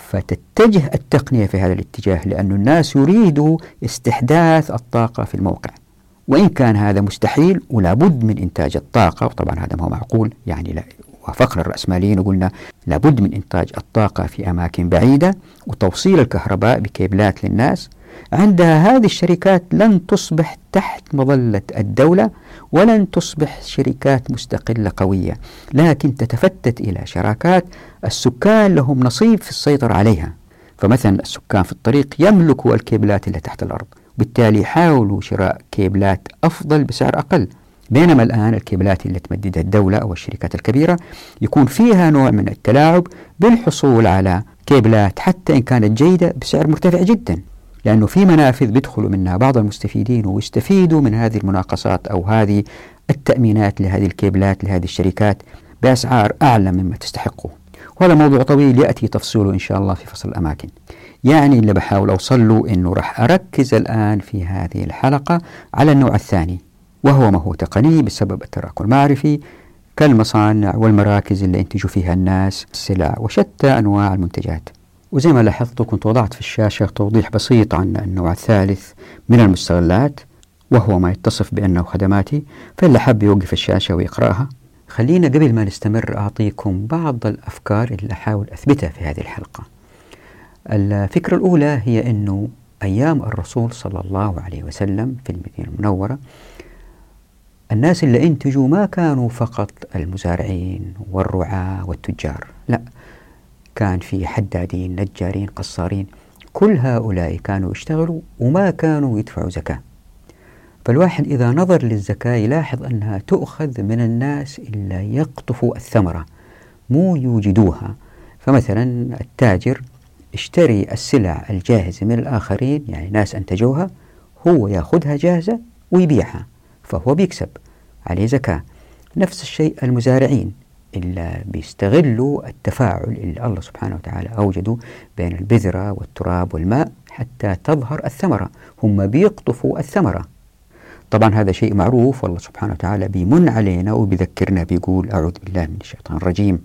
فتتجه التقنية في هذا الاتجاه، لأن الناس يريدوا استحداث الطاقة في الموقع، وإن كان هذا مستحيل ولا بد من إنتاج الطاقة، وطبعا هذا ما هو معقول، يعني لا وافقنا الرأسماليين وقلنا لابد من إنتاج الطاقة في أماكن بعيدة وتوصيل الكهرباء بكيبلات للناس. عندها هذه الشركات لن تصبح تحت مظلة الدولة ولن تصبح شركات مستقلة قوية، لكن تتفتت إلى شراكات السكان لهم نصيب في السيطرة عليها. فمثلا السكان في الطريق يملكوا الكيبلات اللي تحت الأرض، بالتالي يحاولوا شراء كيبلات أفضل بسعر أقل. بينما الآن الكيبلات اللي تمددها الدولة أو الشركات الكبيرة يكون فيها نوع من التلاعب بالحصول على كيبلات حتى إن كانت جيدة بسعر مرتفع جدا، لأنه في منافذ بيدخلوا منها بعض المستفيدين ويستفيدوا من هذه المناقصات أو هذه التأمينات لهذه الكيبلات لهذه الشركات بأسعار أعلى مما تستحقه. وهذا موضوع طويل يأتي تفصيله إن شاء الله في فصل الأماكن. يعني اللي بحاول أوصل له إنه راح أركز الآن في هذه الحلقة على النوع الثاني، وهو ما هو تقني بسبب التراكم المعرفي كالمصانع والمراكز اللي ينتجوا فيها الناس السلع وشتى أنواع المنتجات. وزي ما لاحظتوا كنت وضعت في الشاشة توضيح بسيط عن النوع الثالث من المستغلات، وهو ما يتصف بأنه خدماتي، فاللي حب يوقف الشاشة ويقرأها. خلينا قبل ما نستمر أعطيكم بعض الأفكار اللي أحاول أثبتها في هذه الحلقة. الفكرة الأولى هي أنه أيام الرسول صلى الله عليه وسلم في المدينة المنورة الناس اللي انتجوا ما كانوا فقط المزارعين والرعاة والتجار، لا، كان في حدادين، نجارين، قصارين، كل هؤلاء كانوا يشتغلوا وما كانوا يدفعوا زكاة. فالواحد إذا نظر للزكاة يلاحظ أنها تؤخذ من الناس اللي يقطفوا الثمرة مو يوجدوها. فمثلا التاجر اشتري السلع الجاهزة من الآخرين، يعني ناس أنتجوها، هو يأخذها جاهزة ويبيعها، فهو بيكسب عليه زكاة. نفس الشيء المزارعين اللي بيستغلوا التفاعل اللي الله سبحانه وتعالى أوجده بين البذرة والتراب والماء حتى تظهر الثمرة، هم بيقطفوا الثمرة. طبعا هذا شيء معروف، والله سبحانه وتعالى بيمن علينا وبيذكرنا، بيقول: أعوذ بالله من الشيطان الرجيم،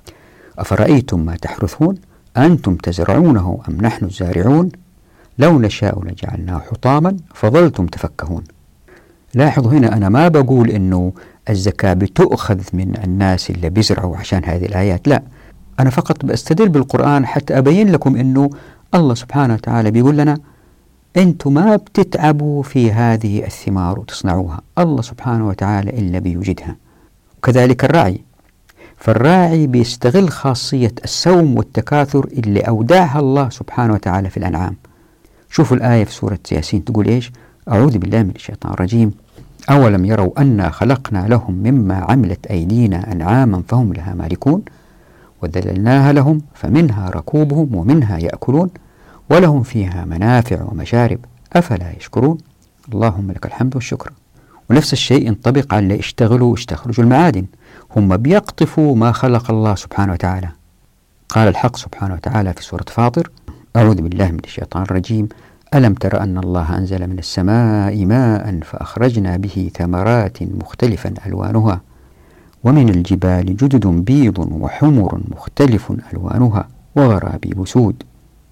أفرأيتم ما تحرثون أنتم تزرعونه أم نحن الزارعون لو نشاء لجعلناه حطاما فظلتم تفكهون. لاحظوا هنا أنا ما بقول إنه الزكاة بتؤخذ من الناس اللي بيزرعوا عشان هذه الآيات، لا، أنا فقط بستدل بالقرآن حتى أبين لكم إنه الله سبحانه وتعالى بيقول لنا: أنتم ما بتتعبوا في هذه الثمار وتصنعوها، الله سبحانه وتعالى إلا بيوجدها. وكذلك الراعي، فالراعي بيستغل خاصية السوم والتكاثر اللي أودعها الله سبحانه وتعالى في الأنعام. شوفوا الآية في سورة ياسين تقول إيش؟ أعوذ بالله من الشيطان الرجيم: أولم يروا أنا خلقنا لهم مما عملت أيدينا أنعاما فهم لها مالكون وذللناها لهم فمنها ركوبهم ومنها يأكلون ولهم فيها منافع ومشارب أفلا يشكرون. اللهم لك الحمد والشكر. ونفس الشيء ينطبق على اللي اشتغلوا واستخرجوا المعادن، هم بيقطفوا ما خلق الله سبحانه وتعالى. قال الحق سبحانه وتعالى في سورة فاطر: أعوذ بالله من الشيطان الرجيم: ألم تر أن الله أنزل من السماء ماء فأخرجنا به ثمرات مختلفا ألوانها ومن الجبال جدد بيض وحمر مختلف ألوانها وغرابيب سود.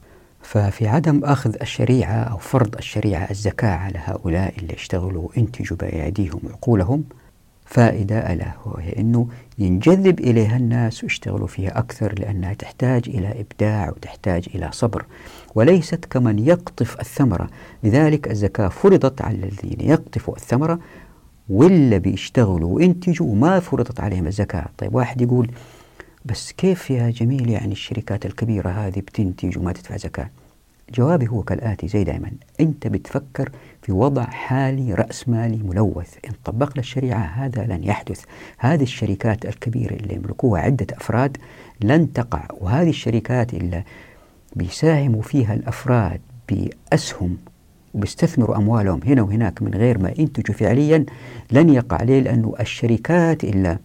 ففي عدم أخذ الشريعة أو فرض الشريعة الزكاة على هؤلاء اللي اشتغلوا وانتجوا بأيديهم وعقولهم فائدة له، وهي أنه ينجذب إليها الناس ويشتغلوا فيها أكثر، لأنها تحتاج إلى إبداع وتحتاج إلى صبر، وليست كمن يقطف الثمرة. لذلك الزكاة فرضت على الذين يقطفوا الثمرة واللي بيشتغلوا وينتجوا وما فرضت عليهم الزكاة. طيب واحد يقول: بس كيف يا جميل يعني الشركات الكبيرة هذه بتنتج وما تدفع زكاة؟ جوابي هو كالآتي: زي دائما أنت بتفكر في وضع حالي رأسمالي ملوث. إن طبقنا الشريعة هذا لن يحدث. هذه الشركات الكبيرة اللي يملكوها عدة أفراد لن تقع، وهذه الشركات اللي بيساهموا فيها الأفراد بأسهم وبيستثمروا أموالهم هنا وهناك من غير ما ينتجوا فعليا لن يقع. ليه؟ لأنه الشركات اللي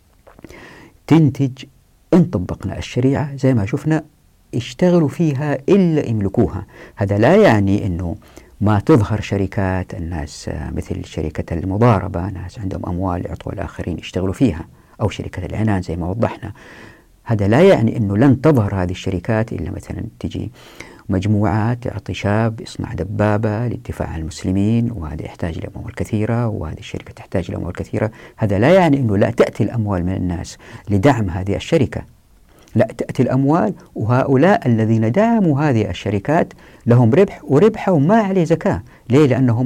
تنتج إن طبقنا الشريعة زي ما شفنا يشتغلوا فيها إلا يملكوها. هذا لا يعني أنه ما تظهر شركات الناس مثل شركة المضاربة، ناس عندهم أموال يعطوا الآخرين يشتغلوا فيها، أو شركة العنان زي ما وضحنا. هذا لا يعني أنه لن تظهر هذه الشركات إلا مثلا تجي مجموعات تعطي شاب يصنع دبابة للدفاع عن المسلمين، وهذا يحتاج إلى أموال كثيرة، وهذه الشركة تحتاج إلى أموال كثيرة. هذا لا يعني أنه لا تأتي الأموال من الناس لدعم هذه الشركة، لا، تأتي الأموال وهؤلاء الذين دعموا هذه الشركات لهم ربح وربحهم ما عليه زكاة. ليه؟ لأنهم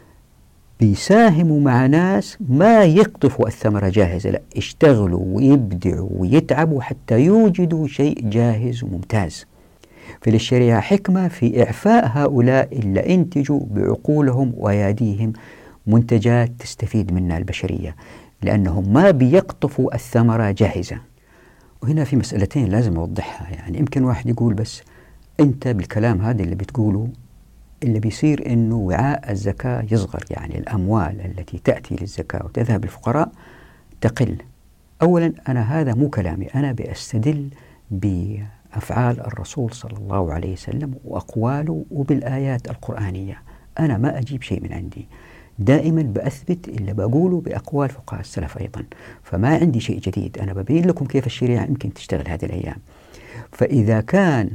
بيساهموا مع ناس ما يقطفوا الثمرة جاهزة، لا، يشتغلوا ويبدعوا ويتعبوا حتى يوجدوا شيء جاهز وممتاز. فللشريعة حكمة في إعفاء هؤلاء اللي انتجوا بعقولهم وأياديهم منتجات تستفيد منها البشرية، لأنهم ما بيقطفوا الثمرة جاهزة. وهنا في مسألتين لازم أوضحها. يعني يمكن واحد يقول: بس أنت بالكلام هذا اللي بتقوله اللي بيصير إنه وعاء الزكاة يصغر، يعني الأموال التي تأتي للزكاة وتذهب للفقراء تقل. أولا أنا هذا مو كلامي، أنا بأستدل بأفعال الرسول صلى الله عليه وسلم وأقواله وبالآيات القرآنية. أنا ما أجيب شيء من عندي، دائما بأثبت اللي بقوله بأقوال فقهاء السلف أيضا، فما عندي شيء جديد. أنا ببين لكم كيف الشريعة يمكن تشتغل هذه الأيام. فإذا كان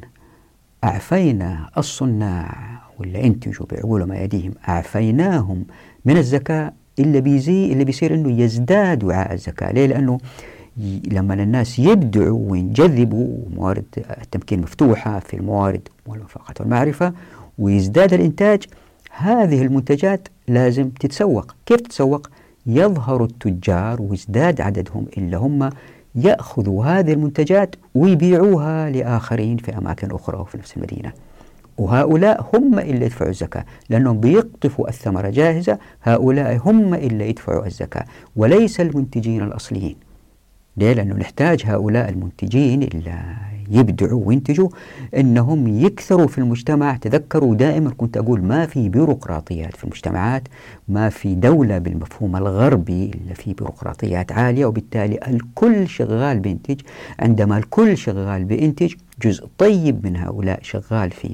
أعفينا الصناع واللي انتجوا بعقولهم أيديهم أعفيناهم من الزكاة، اللي بيصير إنه يزداد وعاء الزكاة. ليه؟ لأنه لما الناس يبدعوا وينجذبوا، موارد التمكين مفتوحة في الموارد والمنفعات والمعرفة، ويزداد الإنتاج، هذه المنتجات لازم تتسوق. كيف تتسوق؟ يظهر التجار ويزداد عددهم اللي هم يأخذوا هذه المنتجات ويبيعوها لآخرين في أماكن أخرى وفي نفس المدينة، وهؤلاء هم اللي يدفعوا الزكاة لأنهم بيقطفوا الثمرة جاهزة. هؤلاء هم اللي يدفعوا الزكاة وليس المنتجين الأصليين. ليه؟ لأنه نحتاج هؤلاء المنتجين اللي يبدعوا وينتجوا إنهم يكثروا في المجتمع. تذكروا دائما كنت أقول ما في بيروقراطيات في المجتمعات، ما في دولة بالمفهوم الغربي إلا في بيروقراطيات عالية، وبالتالي الكل شغال بينتج. عندما الكل شغال بينتج جزء طيب من هؤلاء شغال في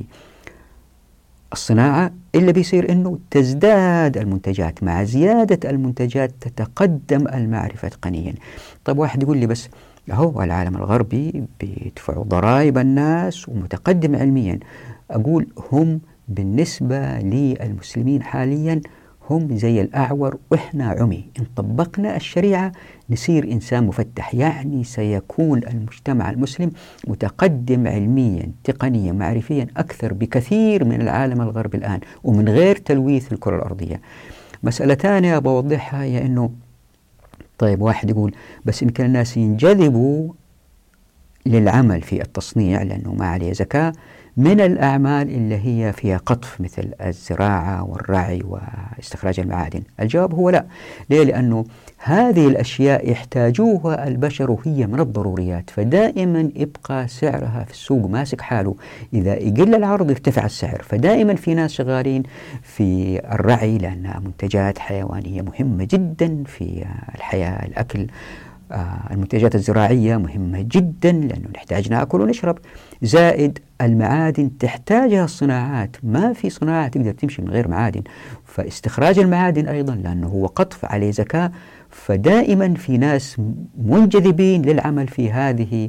الصناعة، اللي بيصير إنه تزداد المنتجات. مع زيادة المنتجات تتقدم المعرفة تقنيا. طيب واحد يقول لي بس هو العالم الغربي بيدفعوا ضرائب الناس ومتقدم علميا. أقول هم بالنسبة للمسلمين حاليا هم زي الأعور وإحنا عمي. إن طبقنا الشريعة نصير إنسان مفتح، يعني سيكون المجتمع المسلم متقدم علميا تقنيا معرفيا أكثر بكثير من العالم الغربي الآن، ومن غير تلويث الكرة الأرضية. مسألة ثانية بوضحها هي أنه طيب واحد يقول بس يمكن الناس ينجذبوا للعمل في التصنيع لأنه ما عليه زكاة من الأعمال اللي هي فيها قطف مثل الزراعة والرعي واستخراج المعادن. الجواب هو لا. ليه؟ لأنه هذه الأشياء يحتاجوها البشر وهي من الضروريات، فدائما يبقى سعرها في السوق ماسك حاله. إذا يقل العرض يرتفع السعر، فدائما في ناس شغالين في الرعي لأنها منتجات حيوانية مهمة جدا في الحياة، الأكل. المنتجات الزراعية مهمة جدا لأنه نحتاج نأكل ونشرب، زائد المعادن تحتاجها الصناعات. ما في صناعة تقدر تمشي من غير معادن، فاستخراج المعادن أيضا لأنه هو قطف عليه زكاة. فدائما في ناس منجذبين للعمل في هذه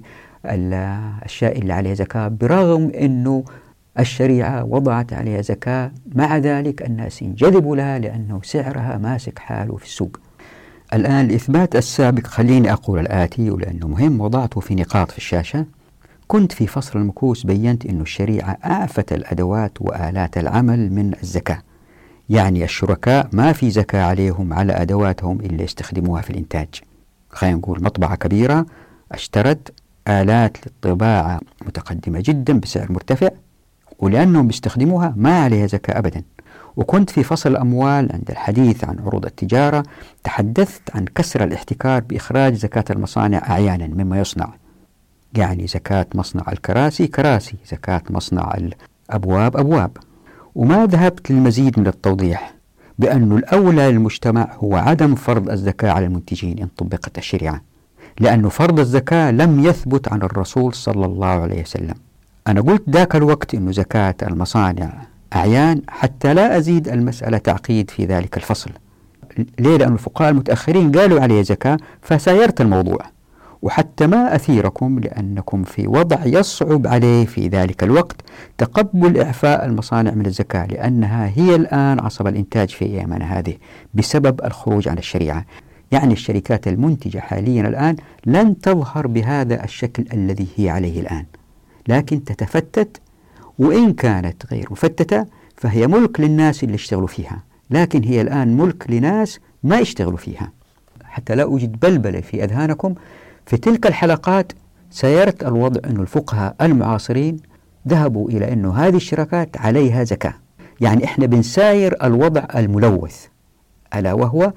الأشياء اللي عليها زكاة، برغم أنه الشريعة وضعت عليها زكاة. مع ذلك الناس ينجذبوا لها لأنه سعرها ماسك حاله في السوق. الآن لإثبات السابق خليني أقول الآتي، ولأنه مهم وضعته في نقاط في الشاشة. كنت في فصل المكوس بينت أن الشريعة أعفت الأدوات وآلات العمل من الزكاة، يعني الشركاء ما في زكاة عليهم على أدواتهم اللي يستخدموها في الإنتاج. خلينا نقول مطبعة كبيرة اشترت آلات للطباعة متقدمة جدا بسعر مرتفع، ولأنهم بيستخدموها ما عليها زكاة أبدا. وكنت في فصل الأموال عند الحديث عن عروض التجارة تحدثت عن كسر الاحتكار بإخراج زكاة المصانع أعيانا مما يصنع، يعني زكاة مصنع الكراسي كراسي، زكاة مصنع الأبواب أبواب. وما ذهبت للمزيد من التوضيح بأن الأولى للمجتمع هو عدم فرض الزكاة على المنتجين إن طبقت الشريعة، لأن فرض الزكاة لم يثبت عن الرسول صلى الله عليه وسلم. أنا قلت ذاك الوقت أن زكاة المصانع أعيان حتى لا أزيد المسألة تعقيد في ذلك الفصل. ليه؟ لأن الفقهاء المتأخرين قالوا عليه زكاة فسايرت الموضوع، وحتى ما أثيركم لأنكم في وضع يصعب عليه في ذلك الوقت تقبل إعفاء المصانع من الزكاة، لأنها هي الآن عصب الإنتاج في أيامنا هذه بسبب الخروج عن الشريعة. يعني الشركات المنتجة حاليا الآن لن تظهر بهذا الشكل الذي هي عليه الآن، لكن تتفتت، وإن كانت غير مفتتة فهي ملك للناس اللي يشتغلوا فيها، لكن هي الآن ملك لناس ما يشتغلوا فيها. حتى لا أوجد بلبلة في أذهانكم، في تلك الحلقات سيرت الوضع أن الفقهاء المعاصرين ذهبوا إلى أن هذه الشركات عليها زكاة. يعني إحنا بنساير الوضع الملوث، ألا وهو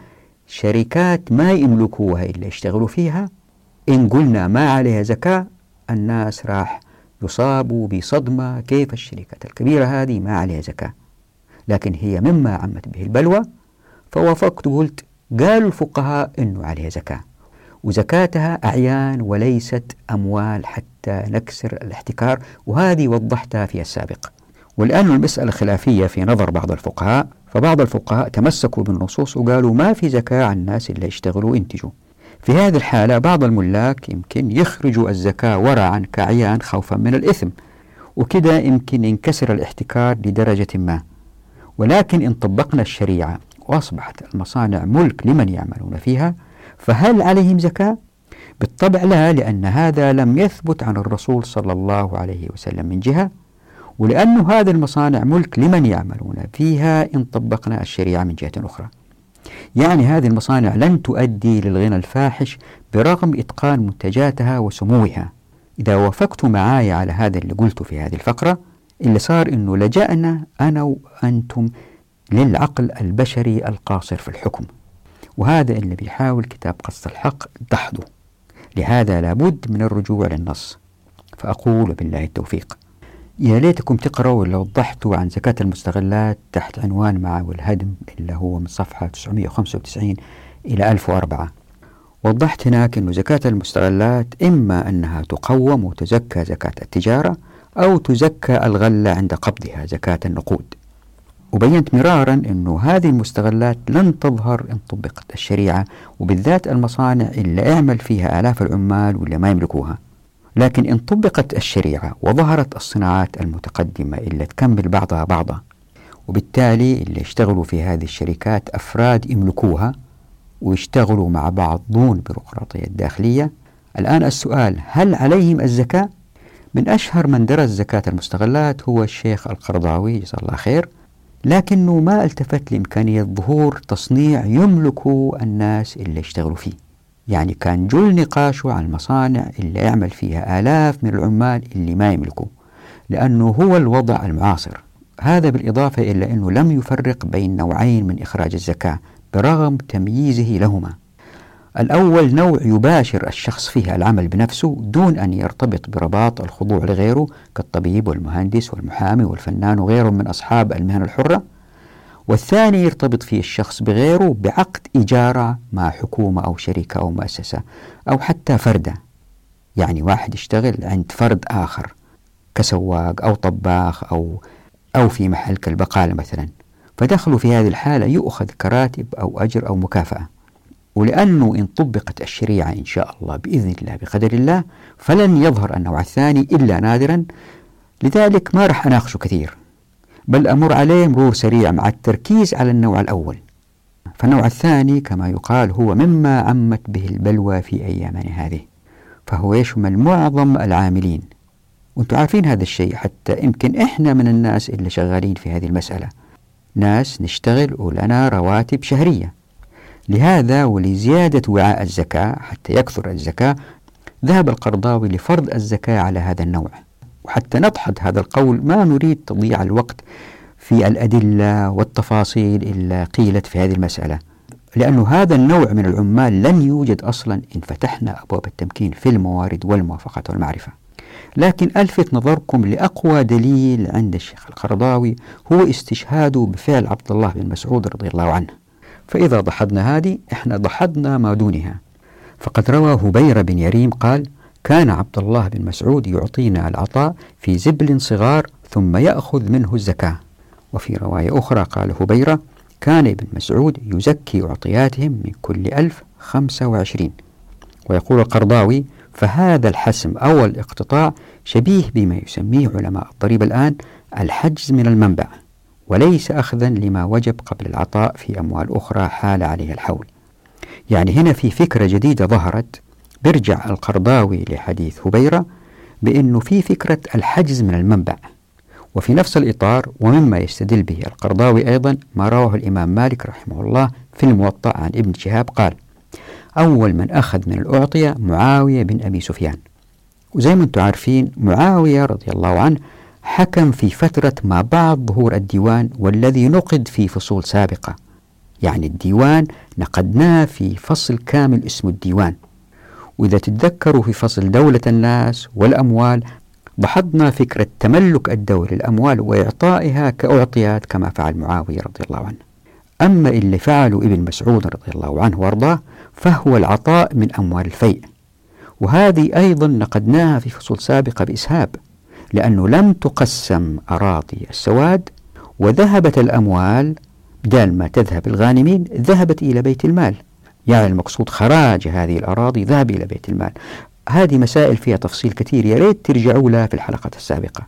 شركات ما يملكوها إلا يشتغلوا فيها. إن قلنا ما عليها زكاة الناس راح يصابوا بصدمة، كيف الشركات الكبيرة هذه ما عليها زكاة؟ لكن هي مما عمت به البلوى، فوافقت وقلت قالوا الفقهاء أنه عليها زكاة، وزكاتها أعيان وليست أموال حتى نكسر الاحتكار، وهذه وضحتها في السابق. والآن المسألة خلافية في نظر بعض الفقهاء، فبعض الفقهاء تمسكوا بالنصوص وقالوا ما في زكاة عن الناس اللي يشتغلوا ينتجوا. في هذه الحالة بعض الملاك يمكن يخرجوا الزكاة ورعا كعيان خوفا من الإثم، وكذا يمكن ينكسر الاحتكار لدرجة ما. ولكن إن طبقنا الشريعة وأصبحت المصانع ملك لمن يعملون فيها، فهل عليهم زكاة؟ بالطبع لا، لأن هذا لم يثبت عن الرسول صلى الله عليه وسلم من جهة، ولأن هذه المصانع ملك لمن يعملون فيها إن طبقنا الشريعة من جهة أخرى. يعني هذه المصانع لن تؤدي للغنى الفاحش برغم إتقان منتجاتها وسموها. إذا وافقتوا معاي على هذا اللي قلته في هذه الفقرة، اللي صار إنه لجأنا أنا وأنتم للعقل البشري القاصر في الحكم، وهذا اللي بيحاول كتاب قص الحق دحضه. لهذا لابد من الرجوع للنص. فأقول بالله التوفيق. يا ليتكم تقرأوا اللي وضحتوا عن زكاة المستغلات تحت عنوان معا والهدم اللي هو من صفحة 995 إلى 1004. وضحت هناك أن زكاة المستغلات إما أنها تقوم وتزكى زكاة التجارة، أو تزكى الغلة عند قبضها زكاة النقود. وبينت مرارا أن هذه المستغلات لن تظهر إن طبقت الشريعة، وبالذات المصانع اللي اعمل فيها آلاف العمال واللي ما يملكوها. لكن إن طبقت الشريعة وظهرت الصناعات المتقدمة اللي تكمل بعضها بعضا، وبالتالي اللي يشتغلوا في هذه الشركات أفراد يملكوها ويشتغلوا مع بعض دون بيروقراطية داخلية، الآن السؤال: هل عليهم الزكاة؟ من أشهر من درس زكاة المستغلات هو الشيخ القرضاوي جزاه الله خير، لكنه ما التفت لإمكانية ظهور تصنيع يملكوا الناس اللي يشتغلوا فيه. يعني كان جل نقاشه عن المصانع اللي يعمل فيها آلاف من العمال اللي ما يملكوا، لأنه هو الوضع المعاصر. هذا بالإضافة إلى أنه لم يفرق بين نوعين من إخراج الزكاة برغم تمييزه لهما. الأول نوع يباشر الشخص فيها العمل بنفسه دون أن يرتبط برباط الخضوع لغيره كالطبيب والمهندس والمحامي والفنان وغيرهم من أصحاب المهن الحرة. والثاني يرتبط فيه الشخص بغيره بعقد إجارة مع حكومة أو شركة أو مؤسسة أو حتى فردة. يعني واحد يشتغل عند فرد آخر كسواق أو طباخ أو في محل كالبقالة مثلا، فدخلوا في هذه الحالة يؤخذ كراتب أو أجر أو مكافأة. ولأنه إن طبقت الشريعة إن شاء الله بإذن الله بقدر الله فلن يظهر النوع الثاني إلا نادرا، لذلك ما رح أناقشه كثير، بل أمر عليه مرور سريع مع التركيز على النوع الأول. فالنوع الثاني كما يقال هو مما عمت به البلوى في أيامنا هذه، فهو يشمل معظم العاملين، وانتم عارفين هذا الشيء. حتى يمكن إحنا من الناس اللي شغالين في هذه المسألة، ناس نشتغل ولنا رواتب شهرية. لهذا ولزيادة وعاء الزكاة حتى يكثر الزكاة، ذهب القرضاوي لفرض الزكاة على هذا النوع. وحتى نضحض هذا القول ما نريد تضييع الوقت في الأدلة والتفاصيل اللي قيلت في هذه المسألة، لأن هذا النوع من العمال لن يوجد أصلا إن فتحنا أبواب التمكين في الموارد والموافقة والمعرفة. لكن ألفت نظركم لأقوى دليل عند الشيخ القرضاوي هو استشهاده بفعل عبد الله بن مسعود رضي الله عنه. فإذا ضحضنا هذه إحنا ضحضنا ما دونها. فقد روى هبيرة بن يريم قال: كان عبد الله بن مسعود يعطينا العطاء في زبل صغار ثم يأخذ منه الزكاة. وفي رواية أخرى قال هبيرة: كان ابن مسعود يزكي عطياتهم من كل 1000 25. ويقول القرضاوي: فهذا الحسم أو الاقتطاع شبيه بما يسميه علماء الضريبة الآن الحجز من المنبع، وليس أخذا لما وجب قبل العطاء في أموال أخرى حال عليها الحول. يعني هنا في فكرة جديدة ظهرت، برجع القرضاوي لحديث هبيرة بأنه في فكرة الحجز من المنبع. وفي نفس الإطار ومما يستدل به القرضاوي أيضا ما رواه الإمام مالك رحمه الله في الموطأ عن ابن شهاب قال: أول من أخذ من الأعطية معاوية بن أبي سفيان. وزي ما أنتم عارفين معاوية رضي الله عنه حكم في فترة ما بعد ظهور الديوان، والذي نقد في فصول سابقة. يعني الديوان نقدناه في فصل كامل اسمه الديوان. وإذا تتذكروا في فصل دولة الناس والأموال ضحضنا فكرة تملك الدولة الأموال وإعطائها كأعطيات كما فعل معاوية رضي الله عنه. أما اللي فعله ابن مسعود رضي الله عنه وارضاه فهو العطاء من أموال الفيء، وهذه أيضا نقدناها في فصول سابقة بإسهاب، لأنه لم تقسم أراضي السواد وذهبت الأموال بدال ما تذهب الغانمين ذهبت إلى بيت المال. يعني المقصود خراج هذه الأراضي ذهب إلى بيت المال. هذه مسائل فيها تفصيل كثير، يا ريت ترجعوا لها في الحلقة السابقة.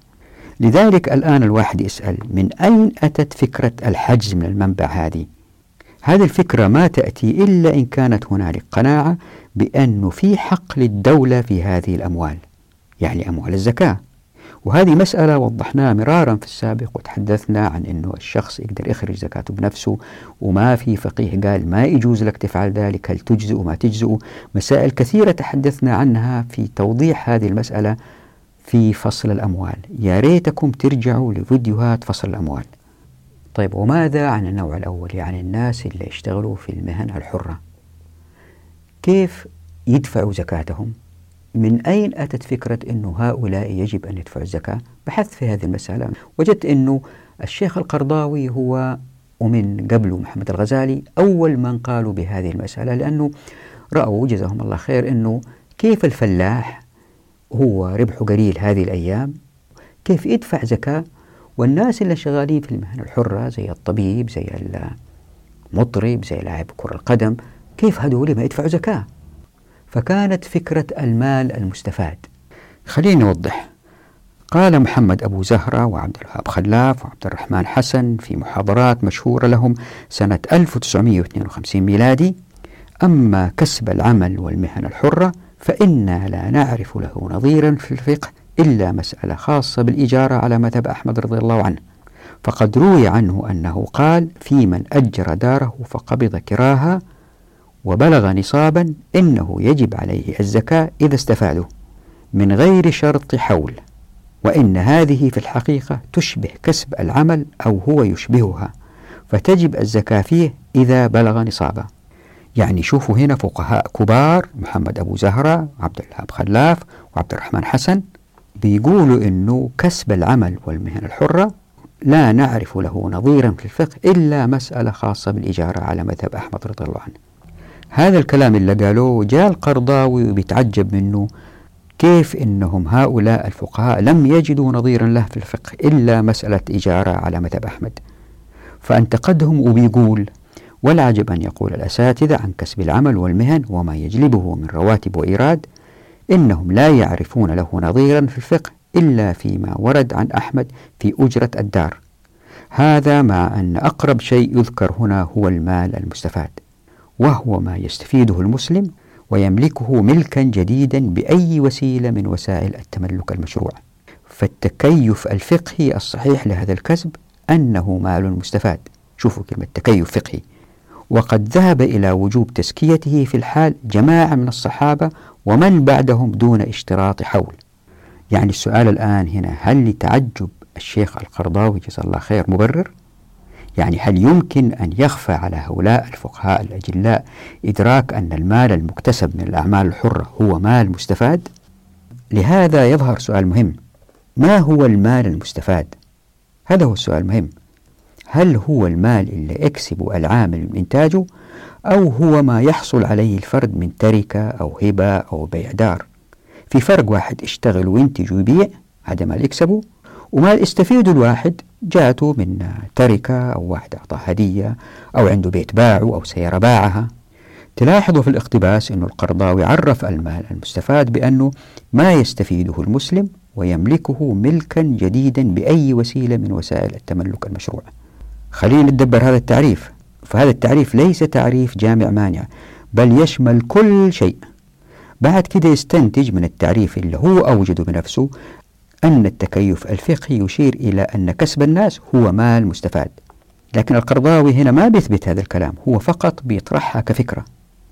لذلك الآن الواحد يسأل: من أين أتت فكرة الحجز من المنبع هذه؟ هذه الفكرة ما تأتي إلا إن كانت هنالك قناعة بأنه في حق للدولة في هذه الأموال، يعني أموال الزكاة. وهذه مسألة وضحناها مرارا في السابق، وتحدثنا عن أنه الشخص يقدر يخرج زكاته بنفسه، وما في فقيه قال ما يجوز لك تفعل ذلك، هل تجزئ وما تجزئ. مسائل كثيرة تحدثنا عنها في توضيح هذه المسألة في فصل الأموال. يا ريتكم ترجعوا لفيديوهات فصل الأموال. طيب، وماذا عن النوع الأول، يعني الناس اللي يشتغلوا في المهن الحرة؟ كيف يدفعوا زكاتهم؟ من أين أتت فكرة أنه هؤلاء يجب أن يدفعوا الزكاة؟ بحثت في هذه المسألة، وجدت أنه الشيخ القرضاوي هو ومن قبله محمد الغزالي أول من قالوا بهذه المسألة، لأنه رأوا جزاهم الله خير أنه كيف الفلاح هو ربحه قليل هذه الأيام كيف يدفع زكاة، والناس اللي شغالين في المهن الحرة زي الطبيب زي المطرب زي لاعب كرة القدم كيف هذول ما يدفعوا زكاة؟ فكانت فكرة المال المستفاد. خليني أوضح. قال محمد أبو زهرة وعبد الوهاب خلاف وعبد الرحمن حسن في محاضرات مشهورة لهم سنة 1952 ميلادي: أما كسب العمل والمهن الحرة فإنا لا نعرف له نظيرا في الفقه إلا مسألة خاصة بالإجارة على مذهب أحمد رضي الله عنه، فقد روي عنه أنه قال: في من أجر داره فقبض كراها وبلغ نصابا إنه يجب عليه الزكاة إذا استفاده من غير شرط حول، وإن هذه في الحقيقة تشبه كسب العمل أو هو يشبهها، فتجب الزكاة فيه إذا بلغ نصابا. يعني شوفوا هنا فقهاء كبار محمد أبو زهرة وعبد الوهاب خلاف وعبد الرحمن حسن بيقولوا إنه كسب العمل والمهن الحرة لا نعرف له نظيرا في الفقه إلا مسألة خاصة بالإجارة على مذهب أحمد رضي الله عنه. هذا الكلام اللي قالوه جاء القرضاوي وبيتعجب منه، كيف إنهم هؤلاء الفقهاء لم يجدوا نظيرا له في الفقه إلا مسألة إجارة على مذهب أحمد؟ فانتقدهم وبيقول: والعجب أن يقول الأساتذة عن كسب العمل والمهن وما يجلبه من رواتب وإيراد إنهم لا يعرفون له نظيرا في الفقه إلا فيما ورد عن أحمد في أجرة الدار، هذا مع أن أقرب شيء يذكر هنا هو المال المستفاد، وهو ما يستفيده المسلم ويملكه ملكا جديدا بأي وسيلة من وسائل التملك المشروع. فالتكيف الفقهي الصحيح لهذا الكسب أنه مال مستفاد. شوفوا كلمة تكيف فقهي. وقد ذهب إلى وجوب تزكيته في الحال جماعة من الصحابة ومن بعدهم دون اشتراط حول. يعني السؤال الآن هنا: هل لتعجب الشيخ القرضاوي جزاه الله خير مبرر؟ يعني هل يمكن أن يخفى على هؤلاء الفقهاء الأجلاء إدراك أن المال المكتسب من الأعمال الحرة هو مال مستفاد؟ لهذا يظهر سؤال مهم: ما هو المال المستفاد؟ هذا هو السؤال المهم. هل هو المال اللي يكسب العامل من إنتاجه، أو هو ما يحصل عليه الفرد من تركة أو هبة أو بيع دار؟ في فرق، واحد يشتغل وينتج ويبيع هذا مال يكسبه، ومال يستفيده الواحد جاءته من تركة أو واحد أعطاه هدية أو عنده بيت باعه أو سيارة باعها. تلاحظوا في الاقتباس أن القرضاوي عرف المال المستفاد بأنه ما يستفيده المسلم ويملكه ملكا جديدا بأي وسيلة من وسائل التملك المشروع. خلينا نتدبر هذا التعريف، فهذا التعريف ليس تعريف جامع مانع، بل يشمل كل شيء. بعد كده يستنتج من التعريف اللي هو أوجده بنفسه أن التكيف الفقهي يشير إلى أن كسب الناس هو مال مستفاد. لكن القرضاوي هنا ما بيثبت هذا الكلام، هو فقط بيطرحها كفكرة،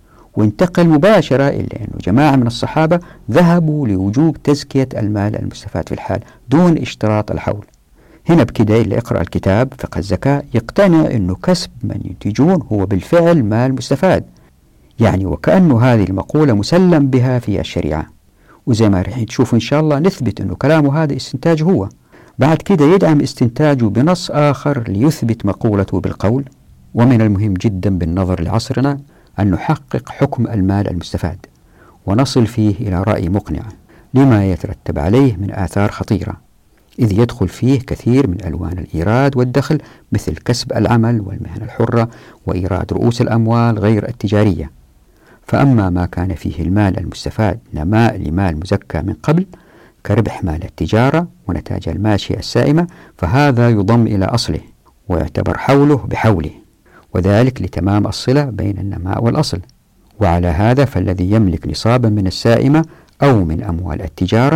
وانتقل مباشرة إلى أنه جماعة من الصحابة ذهبوا لوجوب تزكية المال المستفاد في الحال دون اشتراط الحول. هنا بكده اللي يقرأ الكتاب فقه الزكاة يقتنع أنه كسب من ينتجون هو بالفعل مال مستفاد، يعني وكأنه هذه المقولة مسلم بها في الشريعة. وزي ما رح تشوفوا إن شاء الله نثبت أنه كلامه هذا استنتاج هو. بعد كده يدعم استنتاجه بنص آخر ليثبت مقولته بالقول. ومن المهم جدا بالنظر لعصرنا أن نحقق حكم المال المستفاد ونصل فيه إلى رأي مقنع لما يترتب عليه من آثار خطيرة، إذ يدخل فيه كثير من ألوان الإيراد والدخل مثل كسب العمل والمهن الحرة وإيراد رؤوس الأموال غير التجارية. فأما ما كان فيه المال المستفاد نماء لمال مزكى من قبل كربح مال التجارة ونتاج الماشية السائمة، فهذا يضم إلى أصله ويعتبر حوله بحوله، وذلك لتمام الصلة بين النماء والأصل. وعلى هذا فالذي يملك نصابا من السائمة أو من أموال التجارة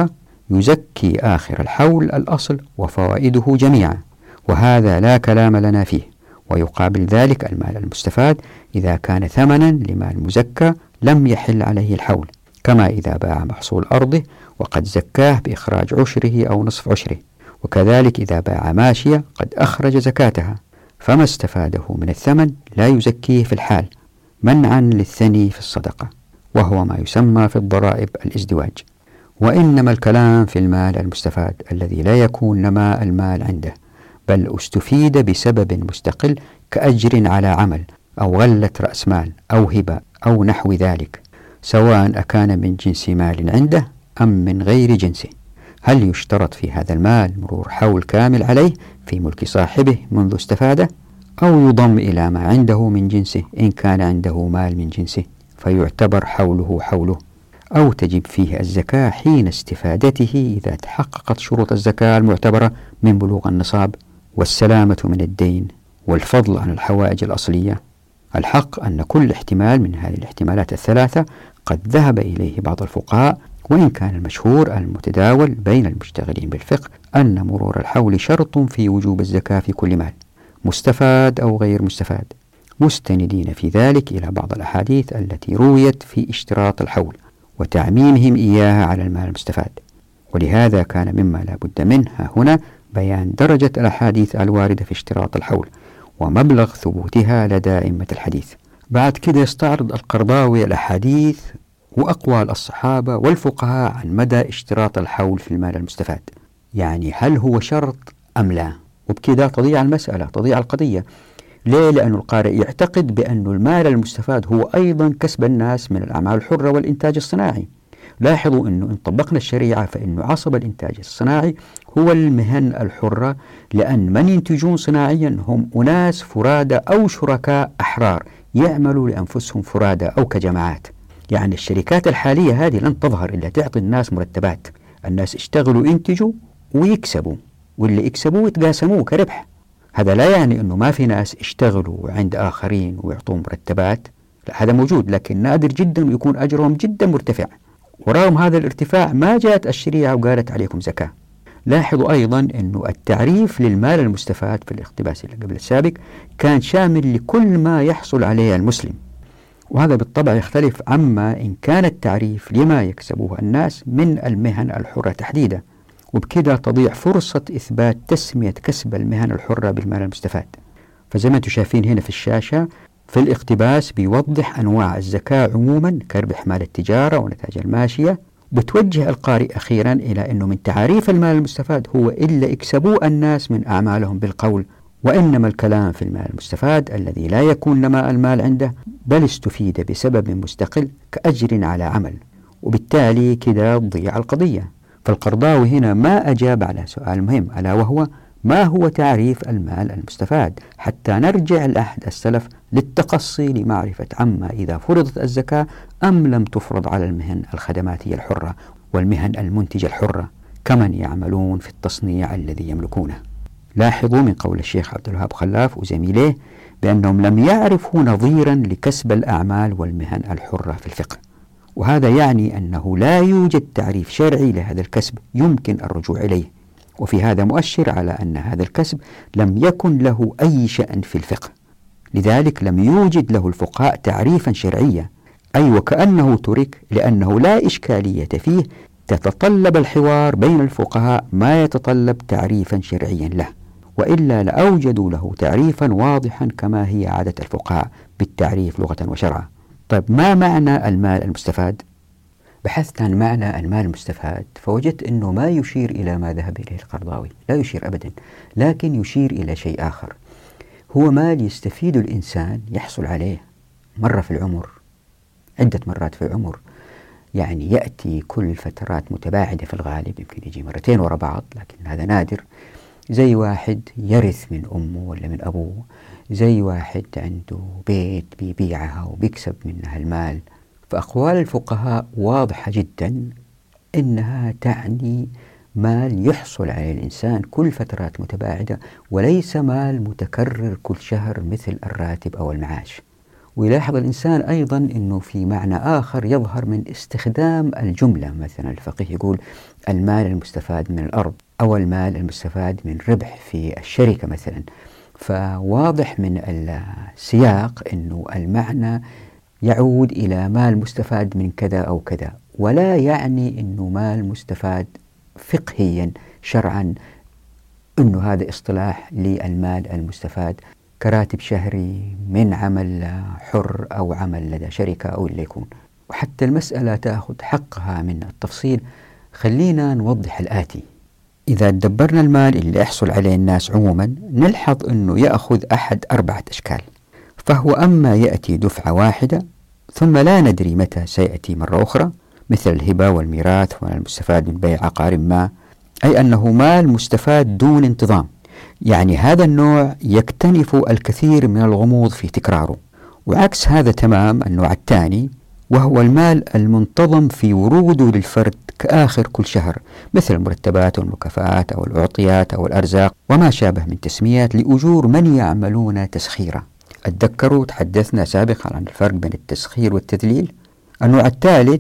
يزكي آخر الحول الأصل وفوائده جميعا، وهذا لا كلام لنا فيه. ويقابل ذلك المال المستفاد إذا كان ثمنا لمال مزكى لم يحل عليه الحول، كما إذا باع محصول أرضه وقد زكاه بإخراج عشره أو نصف عشره، وكذلك إذا باع ماشية قد أخرج زكاتها، فما استفاده من الثمن لا يزكيه في الحال منعا للثني في الصدقة، وهو ما يسمى في الضرائب الازدواج. وإنما الكلام في المال المستفاد الذي لا يكون نماء المال عنده، بل استفيد بسبب مستقل كأجر على عمل أو غلة رأس مال أو هبة أو نحو ذلك، سواء أكان من جنس مال عنده أم من غير جنسه. هل يشترط في هذا المال مرور حول كامل عليه في ملك صاحبه منذ استفاده، أو يضم إلى ما عنده من جنسه إن كان عنده مال من جنسه فيعتبر حوله حوله، أو تجب فيه الزكاة حين استفادته إذا تحققت شروط الزكاة المعتبرة من بلوغ النصاب والسلامة من الدين والفضل عن الحوائج الأصلية. الحق أن كل احتمال من هذه الاحتمالات الثلاثة قد ذهب إليه بعض الفقهاء، وإن كان المشهور المتداول بين المشتغلين بالفقه أن مرور الحول شرط في وجوب الزكاة في كل مال مستفاد أو غير مستفاد، مستندين في ذلك إلى بعض الأحاديث التي رويت في اشتراط الحول وتعميمهم إياها على المال المستفاد. ولهذا كان مما لا بد منه هنا بيان درجة الأحاديث الواردة في اشتراط الحول ومبلغ ثبوتها لدى أئمة الحديث. بعد كده يستعرض القرضاوي الأحاديث وأقوال الصحابة والفقهاء عن مدى اشتراط الحول في المال المستفاد، يعني هل هو شرط أم لا؟ وبكذا تضيع المسألة، تضيع القضية. ليه؟ لأن القارئ يعتقد بأن المال المستفاد هو أيضا كسب الناس من الأعمال الحرة والإنتاج الصناعي. لاحظوا أنه إن طبقنا الشريعة فإن عصب الإنتاج الصناعي هو المهن الحرة، لأن من ينتجون صناعيا هم أناس فرادى أو شركاء أحرار يعملوا لأنفسهم فرادى أو كجماعات. يعني الشركات الحالية هذه لن تظهر إلا تعطي الناس مرتبات، الناس اشتغلوا ينتجوا ويكسبوا، واللي يكسبوه يتقاسموه كربح. هذا لا يعني أنه ما في ناس اشتغلوا عند آخرين ويعطون مرتبات، لا، هذا موجود، لكن نادر جدا ويكون أجرهم جدا مرتفع. ورغم هذا الارتفاع ما جاءت الشريعة وقالت عليكم زكاة. لاحظوا أيضا أنه التعريف للمال المستفاد في الاقتباس اللي قبل السابق كان شامل لكل ما يحصل عليه المسلم، وهذا بالطبع يختلف عما إن كان التعريف لما يكسبه الناس من المهن الحرة تحديدا، وبكذا تضيع فرصة إثبات تسمية كسب المهن الحرة بالمال المستفاد. فزي ما انتم شايفين هنا في الشاشة في الاقتباس بيوضح أنواع الزكاة عموما كربح مال التجارة ونتاج الماشية، بتوجه القارئ أخيرا إلى أنه من تعريف المال المستفاد هو إلا اكسبوا الناس من أعمالهم بالقول، وإنما الكلام في المال المستفاد الذي لا يكون نماء المال عنده بل استفيد بسبب مستقل كأجر على عمل، وبالتالي كده تضيع القضية. فالقرضاوي هنا ما أجاب على سؤال مهم، ألا وهو ما هو تعريف المال المستفاد، حتى نرجع لأحد السلف للتقصي لمعرفة عما إذا فرضت الزكاة أم لم تفرض على المهن الخدماتية الحرة والمهن المنتجة الحرة كمن يعملون في التصنيع الذي يملكونه. لاحظوا من قول الشيخ عبد الوهاب خلاف وزميليه بأنهم لم يعرفوا نظيرا لكسب الأعمال والمهن الحرة في الفقه، وهذا يعني أنه لا يوجد تعريف شرعي لهذا الكسب يمكن الرجوع إليه، وفي هذا مؤشر على أن هذا الكسب لم يكن له أي شأن في الفقه، لذلك لم يوجد له الفقهاء تعريفا شرعيا، أي وكأنه ترك لأنه لا إشكالية فيه تتطلب الحوار بين الفقهاء ما يتطلب تعريفا شرعيا له، وإلا لأوجدوا له تعريفا واضحا كما هي عادة الفقهاء بالتعريف لغة وشرعا. طيب ما معنى المال المستفاد؟ بحثت عن معنى المال المستفاد فوجدت أنه ما يشير إلى ما ذهب إليه القرضاوي، لا يشير أبدا، لكن يشير إلى شيء آخر، هو مال يستفيد الإنسان يحصل عليه مرة في العمر، عدة مرات في العمر، يعني يأتي كل فترات متباعدة في الغالب، يمكن يجي مرتين وراء بعض لكن هذا نادر، زي واحد يرث من أمه ولا من أبوه، زي واحد عنده بيت بيبيعها وبيكسب منها المال. فأقوال الفقهاء واضحة جدا إنها تعني مال يحصل عليه الإنسان كل فترات متباعدة، وليس مال متكرر كل شهر مثل الراتب أو المعاش. ويلاحظ الإنسان أيضا أنه في معنى آخر يظهر من استخدام الجملة. مثلا الفقيه يقول المال المستفاد من الأرض، أو المال المستفاد من ربح في الشركة مثلا. فواضح من السياق أنه المعنى يعود إلى مال مستفاد من كذا أو كذا، ولا يعني أنه مال مستفاد فقهيا شرعا، أنه هذا اصطلاح للمال المستفاد كراتب شهري من عمل حر أو عمل لدى شركة أو اللي يكون. وحتى المسألة تأخذ حقها من التفصيل خلينا نوضح الآتي. إذا دبرنا المال اللي يحصل عليه الناس عموما نلحظ أنه يأخذ أحد 4 أشكال. فهو أما يأتي دفعة واحدة ثم لا ندري متى سيأتي مرة أخرى، مثل الهبة والميراث والمستفاد من بيع عقار ما، أي أنه مال مستفاد دون انتظام. يعني هذا النوع يكتنف الكثير من الغموض في تكراره. وعكس هذا تمام النوع الثاني، وهو المال المنتظم في وروده للفرد كآخر كل شهر، مثل المرتبات والمكافآت أو الأعطيات أو الأرزاق وما شابه من تسميات لأجور من يعملون تسخيرا. أتذكروا تحدثنا سابقا عن الفرق بين التسخير والتذليل. النوع الثالث،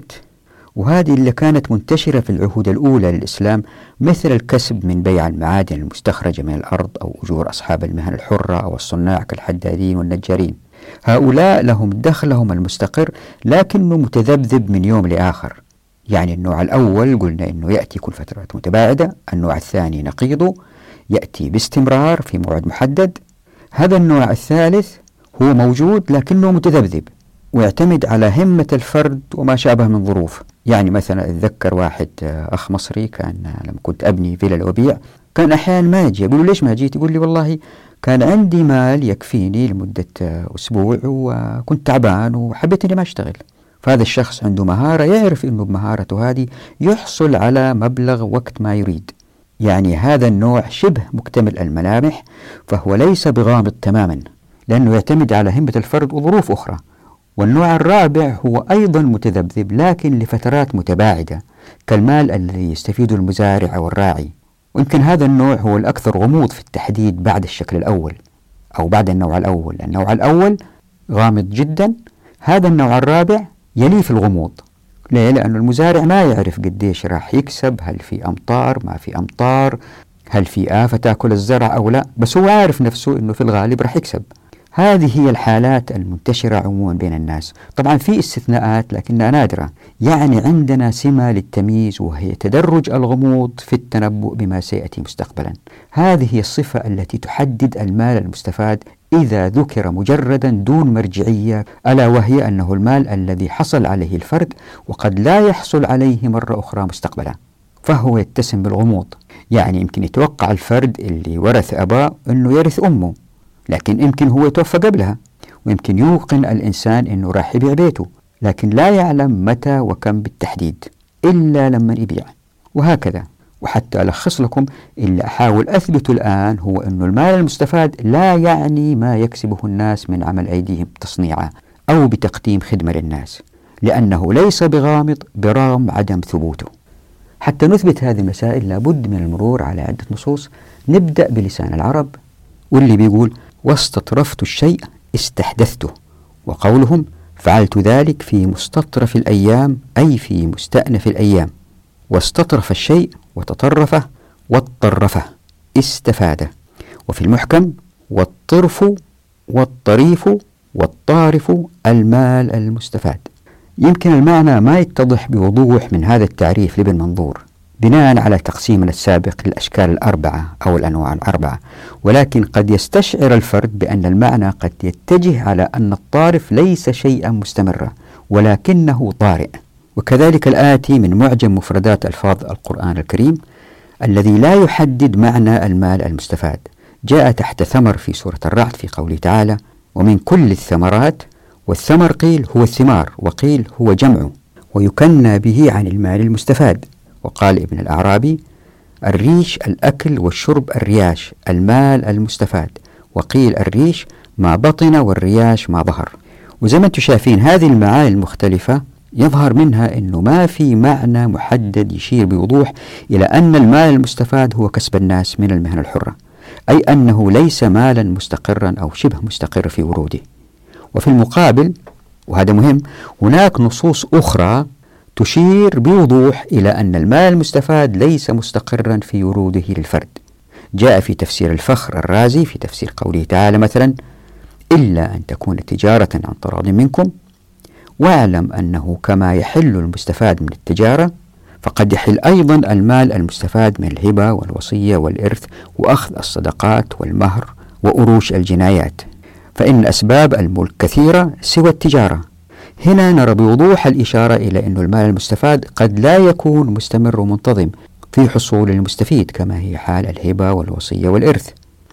وهذه اللي كانت منتشرة في العهود الأولى للإسلام، مثل الكسب من بيع المعادن المستخرجة من الأرض أو أجور أصحاب المهن الحرة أو الصناع كالحدادين والنجارين. هؤلاء لهم دخلهم المستقر لكنه متذبذب من يوم لآخر. يعني النوع الأول قلنا أنه يأتي كل فترات متباعدة، النوع الثاني نقيضه يأتي باستمرار في موعد محدد. هذا النوع الثالث هو موجود لكنه متذبذب ويعتمد على همة الفرد وما شابه من ظروف. يعني مثلا أتذكر واحد أخ مصري كان لما كنت أبني فيلا وأبيع، كان أحيانا ما يجي، أقول له ليش ما جيت؟ يقول لي والله كان عندي مال يكفيني لمدة أسبوع وكنت تعبان وحبيت إني ما أشتغل. فهذا الشخص عنده مهارة، يعرف إنه بمهارته هذه يحصل على مبلغ وقت ما يريد. يعني هذا النوع شبه مكتمل الملامح، فهو ليس بغامض تماما لأنه يعتمد على همة الفرد وظروف أخرى. والنوع الرابع هو أيضا متذبذب لكن لفترات متباعدة، كالمال الذي يستفيده المزارع أو الراعي. ويمكن هذا النوع هو الأكثر غموض في التحديد بعد الشكل الأول أو بعد النوع الأول. النوع الأول غامض جدا، هذا النوع الرابع يليه في الغموض. ليه؟ لأن المزارع ما يعرف قديش راح يكسب، هل في أمطار ما في أمطار، هل في آفة تأكل الزرع أو لا، بس هو عارف نفسه أنه في الغالب راح يكسب. هذه هي الحالات المنتشرة عموما بين الناس. طبعا في استثناءات لكنها نادرة. يعني عندنا سمة للتمييز وهي تدرج الغموض في التنبؤ بما سيأتي مستقبلا. هذه هي الصفة التي تحدد المال المستفاد إذا ذكر مجردا دون مرجعية، ألا وهي أنه المال الذي حصل عليه الفرد وقد لا يحصل عليه مرة أخرى مستقبلا، فهو يتسم بالغموض. يعني يمكن يتوقع الفرد اللي ورث أباه أنه يرث أمه، لكن يمكن هو يتوفى قبلها. ويمكن يوقن الإنسان أنه راح يبيع بيته، لكن لا يعلم متى وكم بالتحديد إلا لما يبيع، وهكذا. وحتى ألخص لكم اللي أحاول أثبته الآن هو أن المال المستفاد لا يعني ما يكسبه الناس من عمل أيديهم تصنيعه أو بتقديم خدمة للناس، لأنه ليس بغامض برغم عدم ثبوته. حتى نثبت هذه المسائل لابد من المرور على عدة نصوص. نبدأ بلسان العرب، واللي بيقول واستطرفت الشيء استحدثته، وقولهم فعلت ذلك في مستطرف الأيام أي في مستأنف الأيام. واستطرف الشيء وتطرفه واطرفه استفاده. وفي المحكم والطرف والطريف والطارف المال المستفاد. يمكن المعنى ما يتضح بوضوح من هذا التعريف لابن منظور بناء على تقسيمنا السابق للأشكال 4 أو الأنواع 4، ولكن قد يستشعر الفرد بأن المعنى قد يتجه على أن الطارف ليس شيئا مستمرا ولكنه طارئ. وكذلك الآتي من معجم مفردات ألفاظ القرآن الكريم الذي لا يحدد معنى المال المستفاد، جاء تحت ثمر في سورة الرعد في قوله تعالى ومن كل الثمرات، والثمر قيل هو الثمار وقيل هو جمعه، ويكنى به عن المال المستفاد. وقال ابن الأعرابي الريش الأكل والشرب الرياش المال المستفاد، وقيل الريش ما بطن والرياش ما ظهر. وزي ما انتم شايفين هذه المعاني المختلفة يظهر منها أنه ما في معنى محدد يشير بوضوح إلى أن المال المستفاد هو كسب الناس من المهنة الحرة، أي أنه ليس مالا مستقرا أو شبه مستقر في وروده. وفي المقابل، وهذا مهم، هناك نصوص أخرى تشير بوضوح إلى أن المال المستفاد ليس مستقرا في وروده للفرد. جاء في تفسير الفخر الرازي في تفسير قوله تعالى مثلا: إلا أن تكون تجارة عن تراض منكم، واعلم أنه كما يحل المستفاد من التجارة فقد يحل أيضا المال المستفاد من الهبة والوصية والإرث وأخذ الصدقات والمهر وأروش الجنايات، فإن أسباب الملك كثيرة سوى التجارة. هنا نرى بوضوح الإشارة إلى أن المال المستفاد قد لا يكون مستمر ومنتظم في حصول المستفيد كما هي حال الهبة والوصية والإرث.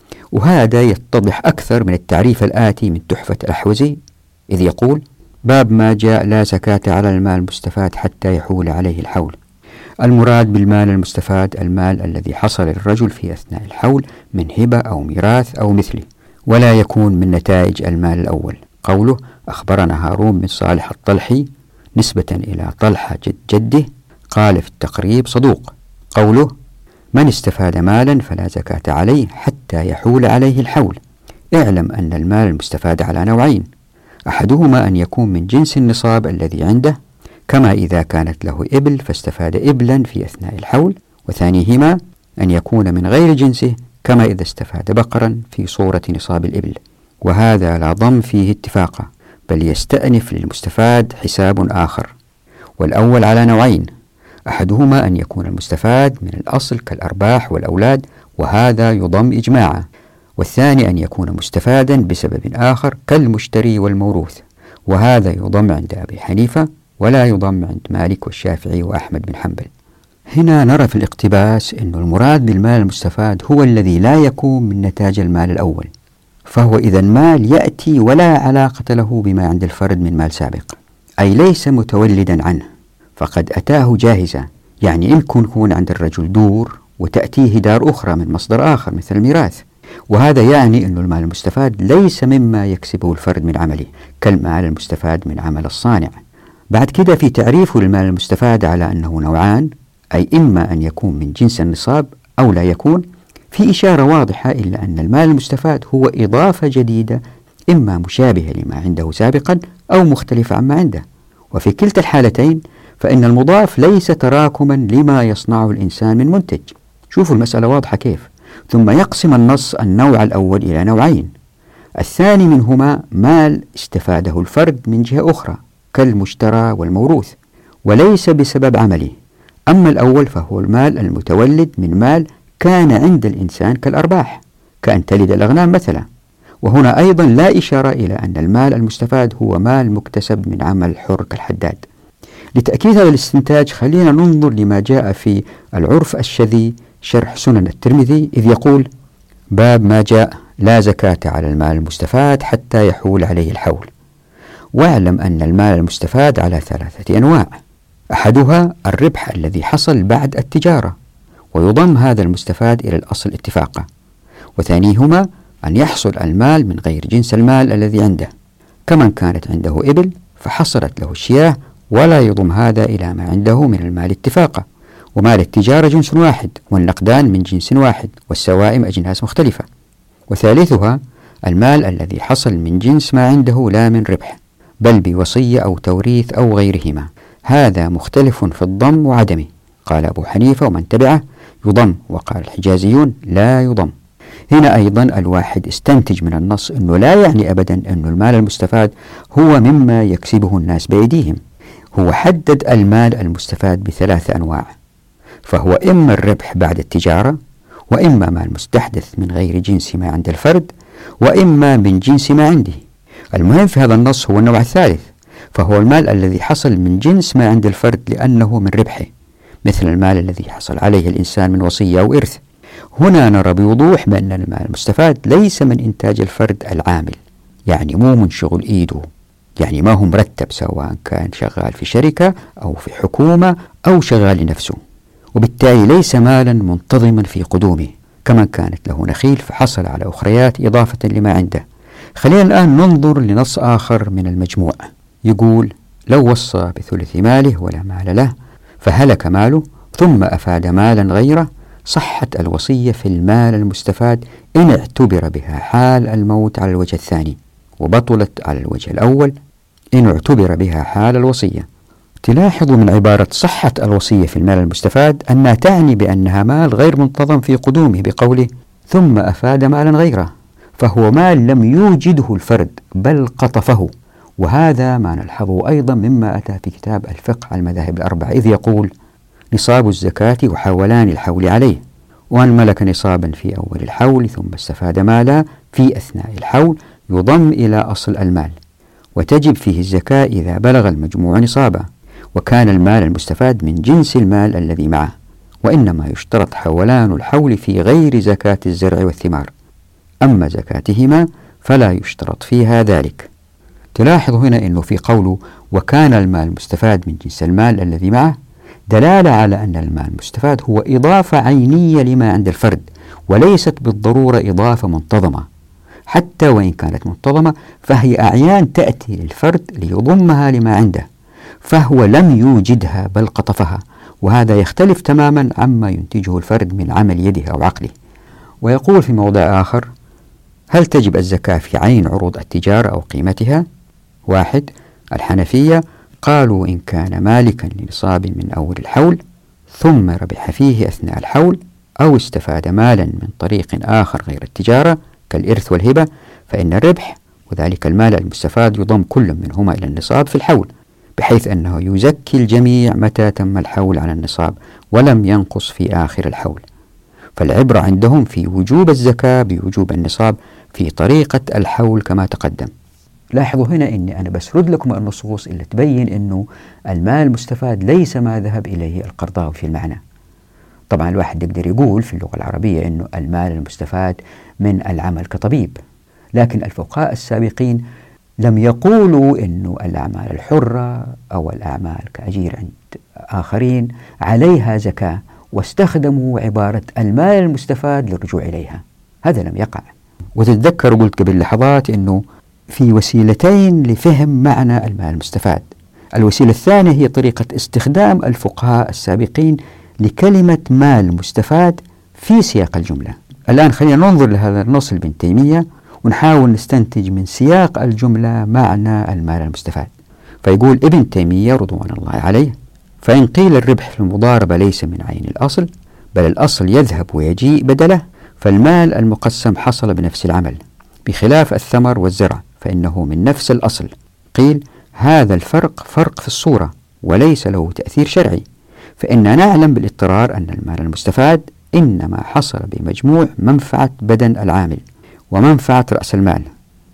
وهذا يتضح أكثر من التعريف الآتي من تحفة الأحوزي، إذ يقول: باب ما جاء لا زكاة على المال المستفاد حتى يحول عليه الحول. المراد بالمال المستفاد المال الذي حصل للرجل في أثناء الحول من هبة أو ميراث أو مثله، ولا يكون من نتائج المال الأول. قوله: أخبرنا هارون بن صالح الطلحي نسبة إلى طلحة جد جده قال في التقريب صدوق. قوله: من استفاد مالا فلا زكاة عليه حتى يحول عليه الحول. اعلم أن المال المستفاد على نوعين: أحدهما أن يكون من جنس النصاب الذي عنده، كما إذا كانت له إبل فاستفاد إبلا في أثناء الحول، وثانيهما أن يكون من غير جنسه، كما إذا استفاد بقرا في صورة نصاب الإبل، وهذا لا ضم فيه اتفاقا، بل يستأنف للمستفاد حساب آخر. والأول على نوعين: أحدهما أن يكون المستفاد من الأصل كالأرباح والأولاد، وهذا يضم إجماعا، والثاني أن يكون مستفادا بسبب آخر كالمشتري والموروث، وهذا يضم عند أبي حنيفة ولا يضم عند مالك والشافعي وأحمد بن حنبل. هنا نرى في الاقتباس أن المراد بالمال المستفاد هو الذي لا يكون من نتاج المال الأول، فهو إذا مال يأتي ولا علاقة له بما عند الفرد من مال سابق، أي ليس متولدا عنه، فقد أتاه جاهزة. يعني يمكن يكون عند الرجل دور وتأتيه دار أخرى من مصدر آخر مثل الميراث، وهذا يعني أن المال المستفاد ليس مما يكسبه الفرد من عمله كالمال المستفاد من عمل الصانع. بعد كده في تعريفه للمال المستفاد على أنه نوعان، أي إما أن يكون من جنس النصاب أو لا يكون، في إشارة واضحة إلى أن المال المستفاد هو إضافة جديدة إما مشابهة لما عنده سابقا أو مختلفة عما عنده، وفي كلتا الحالتين فإن المضاف ليس تراكما لما يصنعه الإنسان من منتج. شوفوا المسألة واضحة كيف. ثم يقسم النص النوع الأول إلى نوعين: الثاني منهما مال استفاده الفرد من جهة أخرى كالمشترى والموروث وليس بسبب عمله، أما الأول فهو المال المتولد من مال كان عند الإنسان كالأرباح، كأن تلد الأغنام مثلا. وهنا أيضا لا إشارة إلى أن المال المستفاد هو مال مكتسب من عمل حر كالحداد. لتأكيد هذا الاستنتاج خلينا ننظر لما جاء في العرف الشذي شرح سنن الترمذي، إذ يقول: باب ما جاء لا زكاة على المال المستفاد حتى يحول عليه الحول. واعلم أن المال المستفاد على 3 أنواع: أحدها الربح الذي حصل بعد التجارة، ويضم هذا المستفاد إلى الأصل اتفاقا، وثانيهما أن يحصل المال من غير جنس المال الذي عنده، كمن كانت عنده إبل فحصلت له الشياه ولا يضم هذا إلى ما عنده من المال اتفاقا. ومال التجارة جنس واحد، والنقدان من جنس واحد، والسوائم أجناس مختلفة. وثالثها المال الذي حصل من جنس ما عنده لا من ربح، بل بوصية أو توريث أو غيرهما، هذا مختلف في الضم وعدمه. قال أبو حنيفة ومن تبعه يضم، وقال الحجازيون لا يضم. هنا أيضا الواحد استنتج من النص أنه لا يعني أبدا أن المال المستفاد هو مما يكسبه الناس بأيديهم. هو حدد المال المستفاد ب3 أنواع، فهو إما الربح بعد التجارة، وإما مال مستحدث من غير جنس ما عند الفرد، وإما من جنس ما عنده. المهم في هذا النص هو النوع الثالث، فهو المال الذي حصل من جنس ما عند الفرد لأنه من ربحه، مثل المال الذي حصل عليه الإنسان من وصية أو إرث. هنا نرى بوضوح بأن المال المستفاد ليس من إنتاج الفرد العامل، يعني مو من شغل إيده، يعني ما هو مرتب سواء كان شغال في شركة أو في حكومة أو شغال لنفسه، وبالتالي ليس مالا منتظما في قدومه كمن كانت له نخيل فحصل على أخريات إضافة لما عنده. خلينا الآن ننظر لنص آخر من المجموع، يقول: لو وصى بثلث ماله ولا مال له فهلك ماله ثم أفاد مالا غيره صحت الوصية في المال المستفاد إن اعتبر بها حال الموت على الوجه الثاني، وبطلت على الوجه الأول إن اعتبر بها حال الوصية. تلاحظ من عبارة صحة الوصية في المال المستفاد أنها تعني بأنها مال غير منتظم في قدومه بقوله ثم أفاد مالا غيره، فهو مال لم يوجده الفرد بل قطفه. وهذا ما نلحظه أيضا مما أتى في كتاب الفقه على المذاهب الأربعة، إذ يقول نصاب الزكاة وحولان الحول عليه، وأن ملك نصابا في أول الحول ثم استفاد مالا في أثناء الحول يضم إلى أصل المال، وتجب فيه الزكاة إذا بلغ المجموع نصابا، وكان المال المستفاد من جنس المال الذي معه، وإنما يشترط حولان الحول في غير زكاة الزرع والثمار، أما زكاتهما فلا يشترط فيها ذلك. تلاحظ هنا أنه في قوله وكان المال المستفاد من جنس المال الذي معه دلالة على أن المال المستفاد هو إضافة عينية لما عند الفرد، وليست بالضرورة إضافة منتظمة، حتى وإن كانت منتظمة فهي أعيان تأتي للفرد ليضمها لما عنده، فهو لم يوجدها بل قطفها، وهذا يختلف تماما عما ينتجه الفرد من عمل يده أو عقله. ويقول في موضع آخر هل تجب الزكاة في عين عروض التجارة أو قيمتها؟ 1. الحنفية قالوا إن كان مالكا لنصاب من أول الحول ثم ربح فيه أثناء الحول أو استفاد مالا من طريق آخر غير التجارة كالإرث والهبة، فإن الربح وذلك المال المستفاد يضم كل منهما إلى النصاب في الحول، بحيث أنه يزكي الجميع متى تم الحول على النصاب ولم ينقص في آخر الحول. فالعبرة عندهم في وجوب الزكاة بوجوب النصاب في طريقة الحول كما تقدم. لاحظوا هنا أني أنا بسرد لكم النصوص اللي تبين أنه المال المستفاد ليس ما ذهب إليه القرضاوي في المعنى. طبعا الواحد يقدر يقول في اللغة العربية أنه المال المستفاد من العمل كطبيب، لكن الفقهاء السابقين لم يقولوا أنه الأعمال الحرة أو الأعمال كأجير عند آخرين عليها زكاة، واستخدموا عبارة المال المستفاد للرجوع إليها. هذا لم يقع. وتتذكر قلت قبل لحظات أنه في وسيلتين لفهم معنى المال المستفاد. الوسيلة الثانية هي طريقة استخدام الفقهاء السابقين لكلمة مال مستفاد في سياق الجملة. الآن خلينا ننظر لهذا النص لابن تيمية ونحاول نستنتج من سياق الجملة معنى المال المستفاد. فيقول ابن تيمية رضوان الله عليه فإن قيل الربح في المضاربة ليس من عين الأصل بل الأصل يذهب ويجيء بدله، فالمال المقسم حصل بنفس العمل، بخلاف الثمر والزرع فإنه من نفس الأصل. قيل هذا الفرق فرق في الصورة وليس له تأثير شرعي، فإننا نعلم بالاضطرار أن المال المستفاد إنما حصل بمجموع منفعة بدن العامل ومنفعة رأس المال،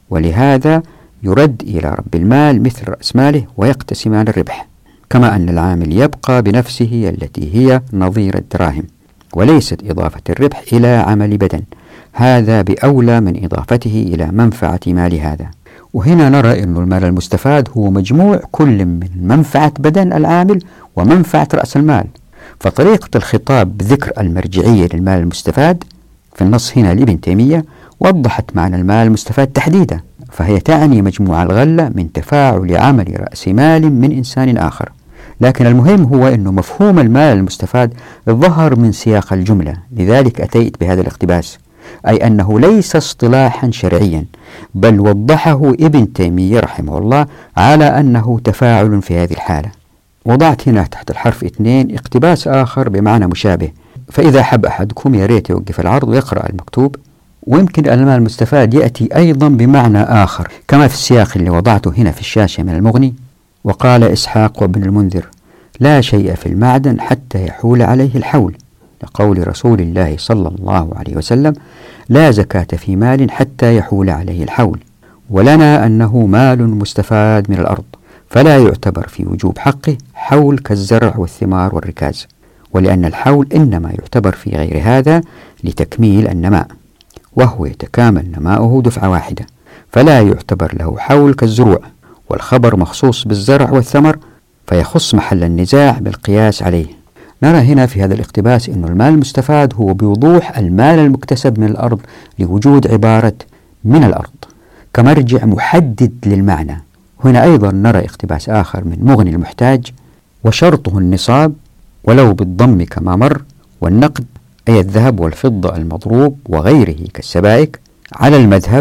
ولهذا يرد إلى رب المال مثل رأس ماله ويقتسمان الربح، كما أن العامل يبقى بنفسه التي هي نظير الدراهم، وليست إضافة الربح إلى عمل بدن، هذا بأولى من إضافته إلى منفعة مال هذا. وهنا نرى أن المال المستفاد هو مجموع كل من منفعة بدن العامل ومنفعة رأس المال. فطريقة الخطاب بذكر المرجعية للمال المستفاد في النص هنا لابن تيمية وضحت معنى المال المستفاد تحديدا، فهي تعني مجموع الغلة من تفاعل عمل رأس مال من إنسان آخر. لكن المهم هو أنه مفهوم المال المستفاد ظهر من سياق الجملة، لذلك أتيت بهذا الاقتباس، أي أنه ليس اصطلاحا شرعيا بل وضحه ابن تيمية رحمه الله على أنه تفاعل في هذه الحالة. وضعت هنا تحت الحرف 2 اقتباس آخر بمعنى مشابه، فإذا حب أحدكم يا ريت يوقف العرض ويقرأ المكتوب. ويمكن المال المستفاد يأتي أيضا بمعنى آخر كما في السياق اللي وضعته هنا في الشاشة من المغني. وقال إسحاق وابن المنذر لا شيء في المعدن حتى يحول عليه الحول، لقول رسول الله صلى الله عليه وسلم لا زكاة في مال حتى يحول عليه الحول، ولنا أنه مال مستفاد من الأرض فلا يعتبر في وجوب حقه حول كالزرع والثمار والركاز، ولأن الحول إنما يعتبر في غير هذا لتكميل النماء، وهو يتكامل نماؤه دفعة واحدة، فلا يعتبر له حول كالزروع، والخبر مخصوص بالزرع والثمر فيخص محل النزاع بالقياس عليه. نرى هنا في هذا الاقتباس أن المال المستفاد هو بوضوح المال المكتسب من الأرض لوجود عبارة من الأرض كمرجع محدد للمعنى. هنا أيضا نرى اقتباس آخر من مغني المحتاج وشرطه النصاب ولو بالضم كما مر، والنقد أي الذهب والفضة المضروب وغيره كالسبائك على المذهب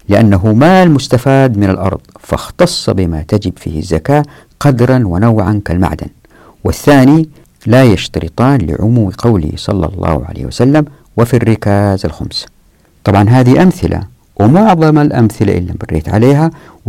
لأنه مال مستفاد من الأرض فاختص بما تجب فيه الزكاة قدرا ونوعا كالمعدن. والثاني لا يشترطان لعموم قوله صلى الله عليه وسلم وفي الركاز الخمس. طبعا هذه أمثلة، ومعظم الأمثلة اللي مريت عليها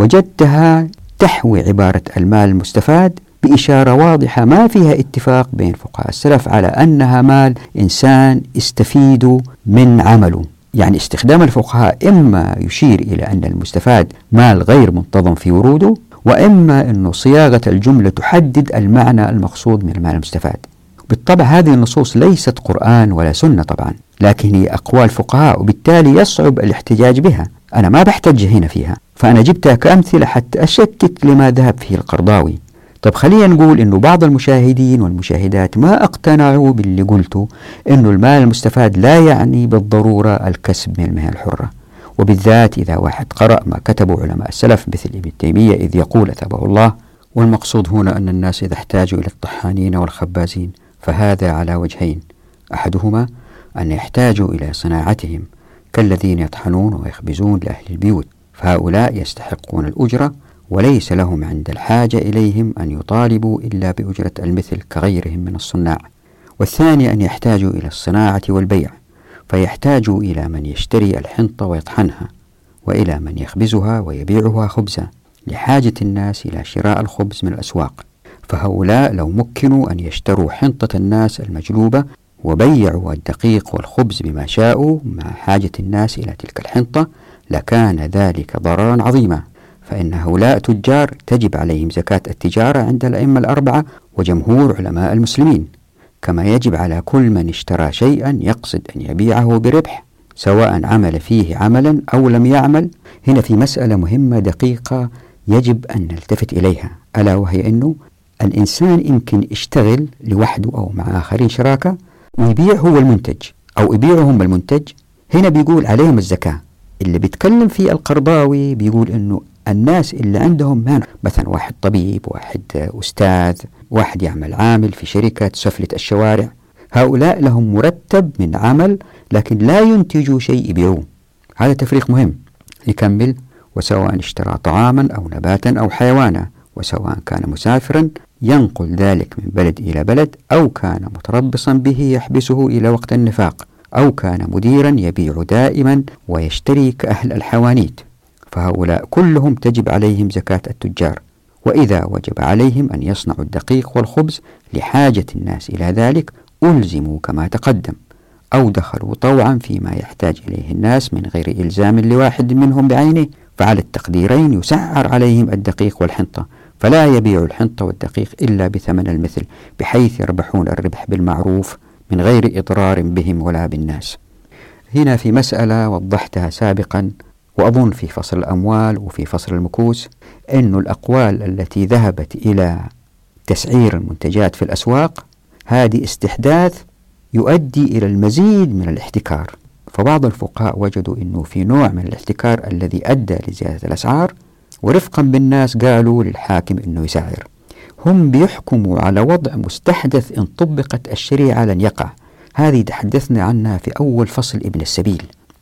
وجدتها تحوي عبارة المال المستفاد بإشارة واضحة ما فيها اتفاق بين فقهاء السلف على أنها مال إنسان يستفيد من عمله. يعني استخدام الفقهاء إما يشير إلى أن المستفاد مال غير منتظم في وروده، وإما أن صياغة الجملة تحدد المعنى المقصود من المال المستفاد. بالطبع هذه النصوص ليست قرآن ولا سنة طبعا، لكن هي أقوال فقهاء وبالتالي يصعب الاحتجاج بها. أنا ما بحتج هنا فيها، فأنا جبتها كأمثلة حتى أشكك لما ذهب فيه القرضاوي. طب خلينا نقول أنه بعض المشاهدين والمشاهدات ما اقتنعوا باللي قلته، أنه المال المستفاد لا يعني بالضرورة الكسب من المهن الحرة، وبالذات إذا واحد قرأ ما كتبه علماء السلف مثل ابن تيمية إذ يقول أثابه الله: والمقصود هنا أن الناس إذا احتاجوا إلى الطحانين والخبازين فهذا على وجهين، أحدهما أن يحتاجوا إلى صناعتهم كالذين يطحنون ويخبزون لأهل البيوت، فهؤلاء يستحقون الأجرة وليس لهم عند الحاجة إليهم أن يطالبوا إلا بأجرة المثل كغيرهم من الصناع. والثاني أن يحتاجوا إلى الصناعة والبيع، فيحتاجوا إلى من يشتري الحنطة ويطحنها، وإلى من يخبزها ويبيعها خبزا، لحاجة الناس إلى شراء الخبز من الأسواق. فهؤلاء لو مكنوا أن يشتروا حنطة الناس المجلوبة وبيعوا الدقيق والخبز بما شاءوا مع حاجة الناس إلى تلك الحنطة لكان ذلك ضررا عظيما، فإن هؤلاء تجار تجب عليهم زكاة التجارة عند الأئمة الأربعة وجمهور علماء المسلمين، كما يجب على كل من اشترى شيئا يقصد أن يبيعه بربح سواء عمل فيه عملا أو لم يعمل. هنا في مسألة مهمة دقيقة يجب أن نلتفت إليها، ألا وهي أنه الإنسان يمكن يشتغل لوحده أو مع آخرين شراكة ويبيع هو المنتج أو يبيعهم المنتج، هنا بيقول عليهم الزكاة. اللي بيتكلم فيه القرضاوي بيقول أنه الناس اللي عندهم مانع، مثلا واحد طبيب، واحد أستاذ، واحد يعمل عامل في شركة سفلة الشوارع، هؤلاء لهم مرتب من عمل لكن لا ينتجوا شيء يبيعوه. هذا تفريق مهم. يكمل: وسواء اشترى طعاما أو نباتا أو حيوانا، وسواء كان مسافرا ينقل ذلك من بلد إلى بلد، أو كان متربصا به يحبسه إلى وقت النفاق، أو كان مديرا يبيع دائما ويشتري كأهل الحوانيت، فهؤلاء كلهم تجب عليهم زكاة التجار. وإذا وجب عليهم أن يصنعوا الدقيق والخبز لحاجة الناس إلى ذلك ألزموا كما تقدم، أو دخلوا طوعا فيما يحتاج إليه الناس من غير إلزام لواحد منهم بعينه، فعلى التقديرين يسعر عليهم الدقيق والحنطة، فلا يبيع الحنطة والدقيق إلا بثمن المثل، بحيث يربحون الربح بالمعروف من غير إضرار بهم ولا بالناس. هنا في مسألة وضحتها سابقا وأظن في فصل الأموال وفي فصل المكوس، أن الأقوال التي ذهبت إلى تسعير المنتجات في الأسواق هذه استحداث يؤدي إلى المزيد من الاحتكار. فبعض الفقهاء وجدوا أنه في نوع من الاحتكار الذي أدى لزيادة الأسعار، ورفقا بالناس قالوا للحاكم أنه يسعر. هم بيحكموا على وضع مستحدث إن طبقت الشريعة لن يقع. هذه تحدثنا عنها في أول فصل ابن السبيل،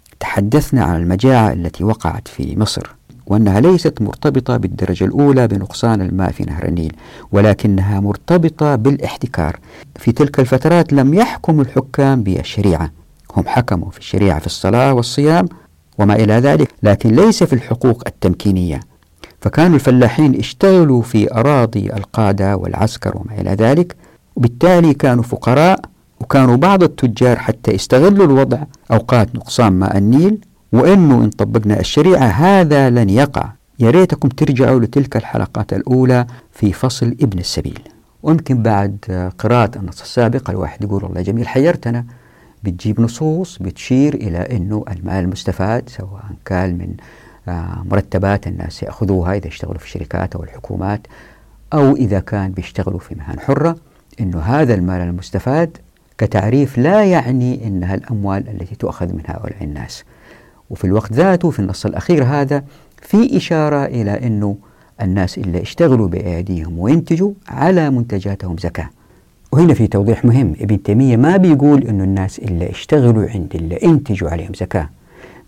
تحدثنا عن المجاعة التي وقعت في مصر، وأنها ليست مرتبطة بالدرجة الأولى بنقصان الماء في نهر النيل، ولكنها مرتبطة بالاحتكار. في تلك الفترات لم يحكم الحكام بالشريعة، هم حكموا في الشريعة في الصلاة والصيام وما إلى ذلك، لكن ليس في الحقوق التمكينية. فكانوا الفلاحين اشتغلوا في أراضي القادة والعسكر وما إلى ذلك، وبالتالي كانوا فقراء، وكانوا بعض التجار حتى يستغلوا الوضع أوقات نقصان ماء النيل، وإنه إن طبقنا الشريعة هذا لن يقع. يا ريتكم ترجعوا لتلك الحلقات الأولى في فصل ابن السبيل. ويمكن بعد قراءة النص السابق الواحد يقول والله جميل حيرتنا، بتجيب نصوص بتشير إلى أنه المال المستفاد سواء كان من مرتبات الناس يأخذوها إذا اشتغلوا في الشركات أو الحكومات، أو إذا كان بيشتغلوا في مهن حرة، أنه هذا المال المستفاد كتعريف لا يعني أنها الأموال التي تؤخذ من هؤلاء الناس. وفي الوقت ذاته في النص الأخير هذا في إشارة إلى أنه الناس اللي اشتغلوا بأيديهم وينتجوا على منتجاتهم زكاة. وهنا في توضيح مهم، ابن تيمية ما بيقول أنه الناس اللي اشتغلوا عند اللي انتجوا عليهم زكاة،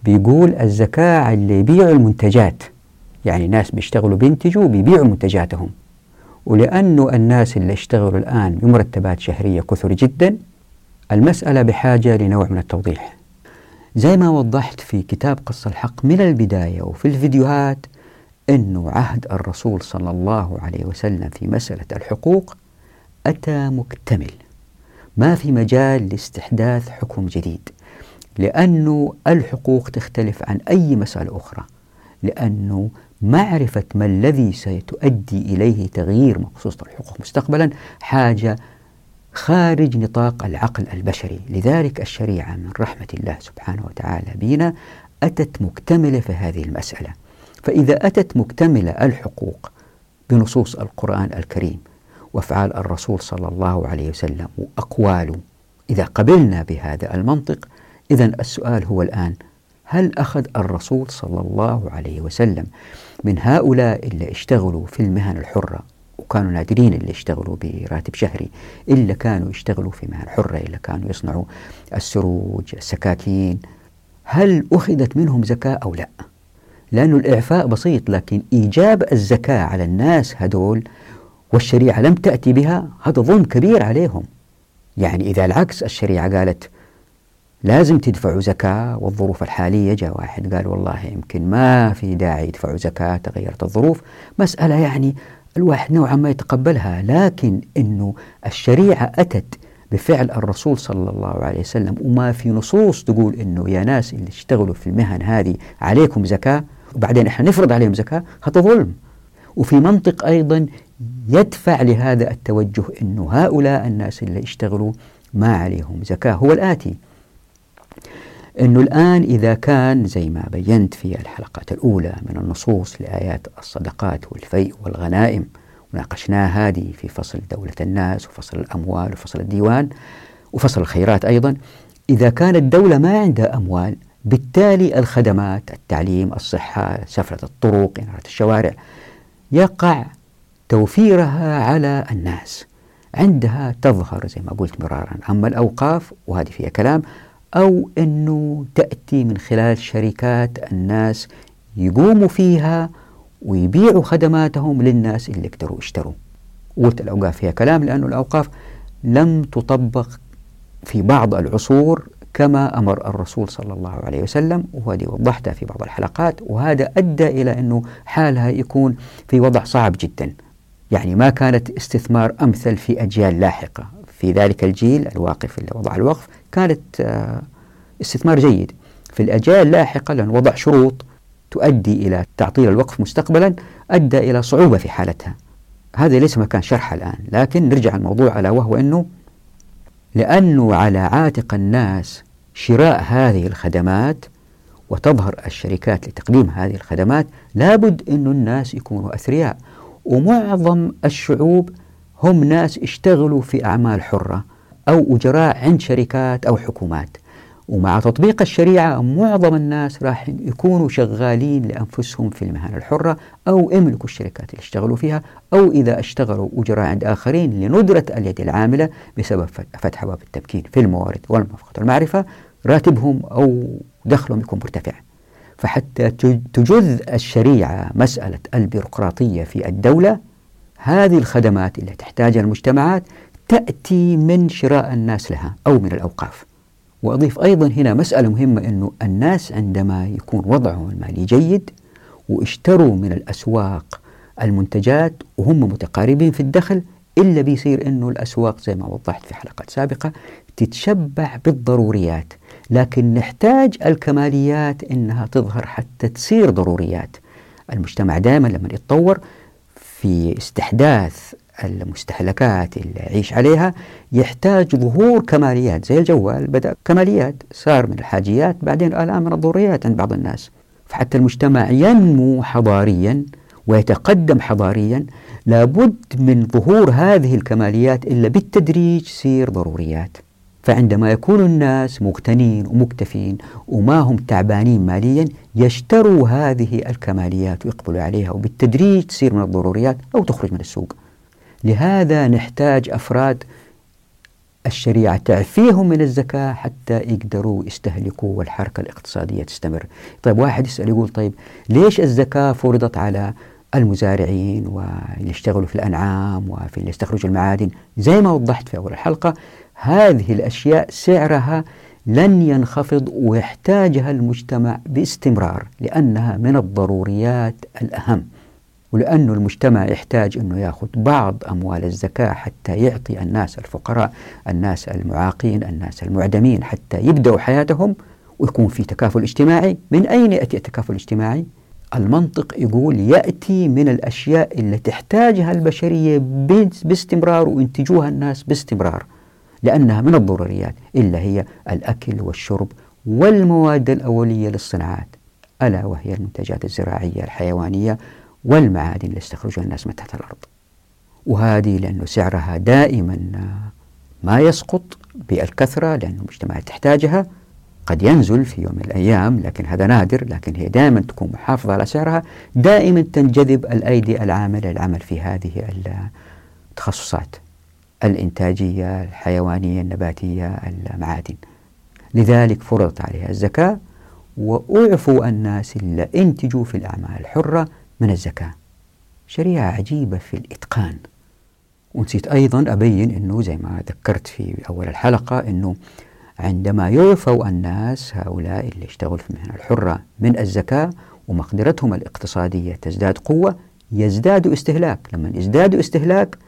بيقول الزكاة اللي يبيعوا المنتجات، يعني ناس بيشتغلوا بينتجوا بيبيعوا منتجاتهم، ولأنه الناس اللي اشتغلوا الآن بمرتبات شهرية كثر جدا، المسألة بحاجة لنوع من التوضيح. زي ما وضحت في كتاب قص الحق من البداية وفي الفيديوهات، أنه عهد الرسول صلى الله عليه وسلم في مسألة الحقوق أتى مكتمل، ما في مجال لاستحداث حكم جديد، لأنه الحقوق تختلف عن أي مسألة أخرى، لأنه معرفة ما الذي ستؤدي إليه تغيير مقصوصة الحقوق مستقبلا حاجة خارج نطاق العقل البشري. لذلك الشريعة من رحمة الله سبحانه وتعالى بنا أتت مكتملة في هذه المسألة. فإذا أتت مكتملة الحقوق بنصوص القرآن الكريم وأفعال الرسول صلى الله عليه وسلم وأقواله، إذا قبلنا بهذا المنطق، إذن السؤال هو الآن: هل أخذ الرسول صلى الله عليه وسلم من هؤلاء اللي اشتغلوا في المهن الحرة، وكانوا نادرين اللي اشتغلوا براتب شهري، إلا كانوا يشتغلوا في مهن حرة، إلا كانوا يصنعوا السروج، السكاكين، هل أخذت منهم زكاة أو لا؟ لأن الإعفاء بسيط، لكن إيجاب الزكاة على الناس هدول والشريعة لم تأتي بها، هذا ظلم كبير عليهم. يعني إذا العكس الشريعة قالت لازم تدفعوا زكاة والظروف الحالية، جاء واحد قال والله يمكن ما في داعي يدفعوا زكاة، تغيرت الظروف، مسألة يعني الواحد نوعا ما يتقبلها. لكن إنه الشريعة أتت بفعل الرسول صلى الله عليه وسلم وما في نصوص تقول إنه يا ناس اللي اشتغلوا في المهن هذه عليكم زكاة، وبعدين إحنا نفرض عليهم زكاة، هذا ظلم. وفي منطق أيضا يدفع لهذا التوجه إنه هؤلاء الناس اللي اشتغلوا ما عليهم زكاة هو الآتي: إنه الآن إذا كان زي ما بينت في الحلقات الأولى من النصوص لآيات الصدقات والفيء والغنائم، وناقشناها هذه في فصل دولة الناس وفصل الأموال وفصل الديوان وفصل الخيرات أيضا، إذا كانت الدولة ما عندها أموال، بالتالي الخدمات، التعليم، الصحة، سفلة الطرق، إنارة الشوارع، يقع توفيرها على الناس، عندها تظهر زي ما قلت مرارا. أما الأوقاف وهذه فيها كلام، أو أنه تأتي من خلال شركات الناس يقوموا فيها ويبيعوا خدماتهم للناس اللي يقدروا يشتروا. قلت الأوقاف فيها كلام لأن الأوقاف لم تطبق في بعض العصور كما أمر الرسول صلى الله عليه وسلم، وهذه وضحتها في بعض الحلقات، وهذا أدى إلى أنه حالها يكون في وضع صعب جدا. يعني ما كانت استثمار أمثل في أجيال لاحقة. في ذلك الجيل الواقف اللي وضع الوقف كانت استثمار جيد. في الأجيال اللاحقة لأن وضع شروط تؤدي إلى تعطيل الوقف مستقبلا أدى إلى صعوبة في حالتها. هذا ليس مكان شرحه الآن، لكن نرجع الموضوع على وهو أنه لأنه على عاتق الناس شراء هذه الخدمات وتظهر الشركات لتقديم هذه الخدمات، لابد أن الناس يكونوا أثرياء. ومعظم الشعوب هم ناس اشتغلوا في أعمال حرة أو أجراء عند شركات أو حكومات، ومع تطبيق الشريعة معظم الناس راح يكونوا شغالين لأنفسهم في المهن الحرة أو يملكوا الشركات اللي اشتغلوا فيها، أو إذا اشتغلوا أجراء عند آخرين لندرة اليد العاملة بسبب فتح باب التمكين في الموارد والمرافقة والمعرفة، راتبهم أو دخلهم يكون مرتفع. فحتى تجذ الشريعة مسألة البيروقراطية في الدولة، هذه الخدمات اللي تحتاجها المجتمعات تأتي من شراء الناس لها أو من الأوقاف. وأضيف أيضا هنا مسألة مهمة، أنه الناس عندما يكون وضعهم المالي جيد واشتروا من الأسواق المنتجات وهم متقاربين في الدخل، إلا بيصير أنه الأسواق زي ما وضحت في حلقات سابقة تتشبع بالضروريات، لكن نحتاج الكماليات أنها تظهر حتى تصير ضروريات. المجتمع دائما لما يتطور في استحداث المستهلكات اللي يعيش عليها يحتاج ظهور كماليات. زي الجوال بدأ كماليات، صار من الحاجيات، بعدين الآن من الضروريات عند بعض الناس. فحتى المجتمع ينمو حضاريا ويتقدم حضاريا لابد من ظهور هذه الكماليات، إلا بالتدريج تصير ضروريات. فعندما يكون الناس مقتنين ومكتفين وما هم تعبانين ماليا، يشتروا هذه الكماليات ويقبلوا عليها، وبالتدريج تصير من الضروريات أو تخرج من السوق. لهذا نحتاج أفراد الشريعة تعفيهم من الزكاة حتى يقدروا يستهلكوا والحركة الاقتصادية تستمر. طيب واحد يسأل يقول طيب ليش الزكاة فرضت على المزارعين واللي يشتغلوا في الأنعام وفي اللي يستخرجوا المعادن؟ زي ما وضحت في أول الحلقة، هذه الأشياء سعرها لن ينخفض ويحتاجها المجتمع باستمرار، لأنها من الضروريات الأهم، ولأنه المجتمع يحتاج أنه يأخذ بعض أموال الزكاة حتى يعطي الناس الفقراء، الناس المعاقين، الناس المعدمين، حتى يبدأوا حياتهم ويكون في تكافل اجتماعي. من أين يأتي التكافل الاجتماعي؟ المنطق يقول يأتي من الأشياء اللي تحتاجها البشرية باستمرار وينتجوها الناس باستمرار، لأنها من الضروريات، إلا هي الأكل والشرب والمواد الأولية للصناعات، ألا وهي المنتجات الزراعية الحيوانية والمعادن اللي يستخرجها الناس من تحت الأرض. وهذه لأنه سعرها دائما ما يسقط بالكثرة، لأن المجتمع تحتاجها. قد ينزل في يوم من الأيام لكن هذا نادر، لكن هي دائما تكون محافظة على سعرها. دائما تنجذب الأيدي العاملة للعمل في هذه التخصصات الإنتاجية الحيوانية النباتية المعادن. لذلك فرضت عليها الزكاة، وأعفوا الناس اللي انتجوا في الأعمال الحرة من الزكاة. شريعة عجيبة في الإتقان. ونسيت أيضا أبين أنه زي ما ذكرت في أول الحلقة، أنه عندما يعفوا الناس هؤلاء اللي يشتغلوا في المهنة الحرة من الزكاة ومقدرتهم الاقتصادية تزداد قوة، يزداد استهلاك. لما يزداد استهلاك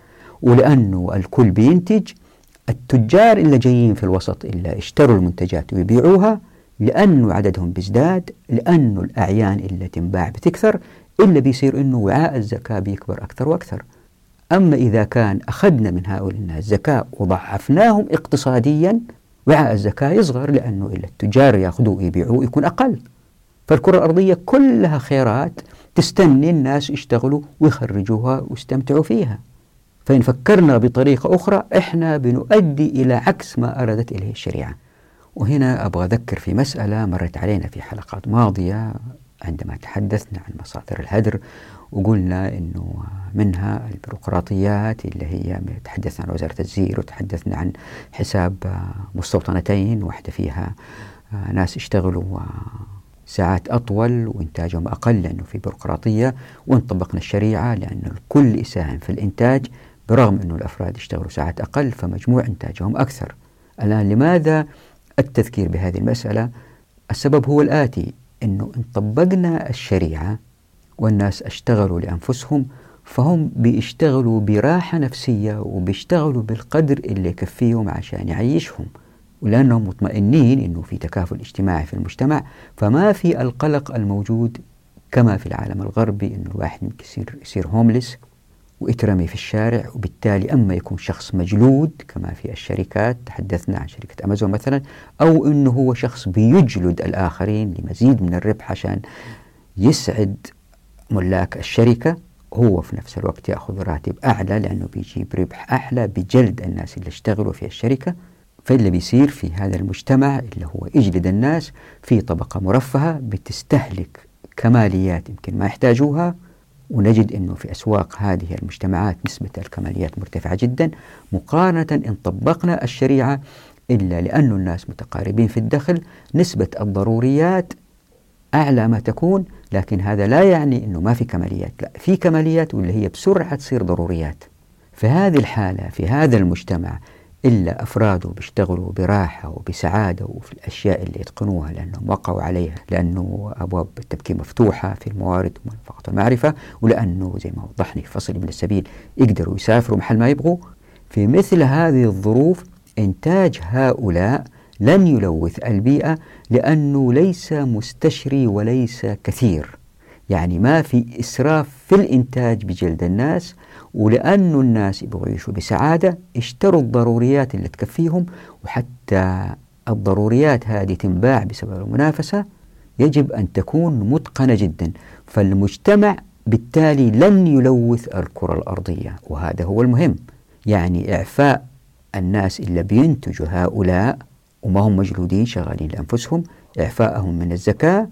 ولأنه الكل بينتج، التجار اللي جايين في الوسط اللي اشتروا المنتجات ويبيعوها، لأنه عددهم بيزداد، لأنه الأعيان اللي تنباع بتكثر، إلا بيصير أنه وعاء الزكاة بيكبر أكثر وأكثر. أما إذا كان أخذنا من هؤلاء الناس زكاة وضعفناهم اقتصاديا، وعاء الزكاة يصغر، لأنه إلا التجار يأخذوا ويبيعوا يكون أقل. فالكرة الأرضية كلها خيرات تستني الناس يشتغلوا ويخرجوها ويستمتعوا فيها. فإن فكرنا بطريقة أخرى إحنا بنؤدي إلى عكس ما أرادت إليه الشريعة. وهنا أبغى أذكر في مسألة مرت علينا في حلقات ماضية عندما تحدثنا عن مصادر الهدر، وقلنا أنه منها البيروقراطيات اللي هي تحدثنا عن وزارة الزير، وتحدثنا عن حساب مستوطنتين، واحدة فيها ناس يشتغلوا ساعات أطول وإنتاجهم أقل لأنه في بيروقراطية، وإن طبقنا الشريعة لأن الكل يساهم في الإنتاج برغم أنه الأفراد يشتغلوا ساعات أقل فمجموع إنتاجهم أكثر. الآن لماذا التذكير بهذه المسألة؟ السبب هو الآتي، أنه إن طبقنا الشريعة والناس اشتغلوا لأنفسهم، فهم بيشتغلوا براحة نفسية وبيشتغلوا بالقدر اللي يكفيهم عشان يعيشهم، ولأنهم مطمئنين أنه في تكافل اجتماعي في المجتمع، فما في القلق الموجود كما في العالم الغربي أنه الواحد ممكن يصير هوملس ويترمي في الشارع، وبالتالي أما يكون شخص مجلود كما في الشركات، تحدثنا عن شركة أمازون مثلا، أو أنه هو شخص بيجلد الآخرين لمزيد من الربح عشان يسعد ملاك الشركة، هو في نفس الوقت يأخذ راتب أعلى لأنه بيجيب ربح أعلى بجلد الناس اللي اشتغلوا في الشركة. فاللي بيصير في هذا المجتمع اللي هو يجلد الناس، في طبقة مرفهة بتستهلك كماليات يمكن ما يحتاجوها، ونجد أنه في أسواق هذه المجتمعات نسبة الكماليات مرتفعة جدا مقارنة إن طبقنا الشريعة. إلا لأن الناس متقاربين في الدخل نسبة الضروريات أعلى ما تكون، لكن هذا لا يعني أنه ما في كماليات، لا، في كماليات واللي هي بسرعة تصير ضروريات. في هذه الحالة في هذا المجتمع إلا أفراده بيشتغلوا براحة وبسعادة وفي الأشياء اللي يتقنوها لأنهم وقعوا عليها، لأنه أبواب التبكير مفتوحة في الموارد ومنفقة المعرفة، ولأنه زي ما وضحني في فصل ابن السبيل يقدروا يسافروا محل ما يبغوا. في مثل هذه الظروف إنتاج هؤلاء لن يلوث البيئة، لأنه ليس مستشري وليس كثير، يعني ما في إسراف في الإنتاج بجلد الناس، ولأنه الناس يبغوا يعيشوا بسعادة اشتروا الضروريات اللي تكفيهم، وحتى الضروريات هذه تنباع بسبب المنافسة يجب أن تكون متقنة جدا. فالمجتمع بالتالي لن يلوث الكرة الأرضية، وهذا هو المهم. يعني إعفاء الناس اللي بينتجوا هؤلاء وما هم مجلودين شغالين لأنفسهم، إعفاءهم من الزكاة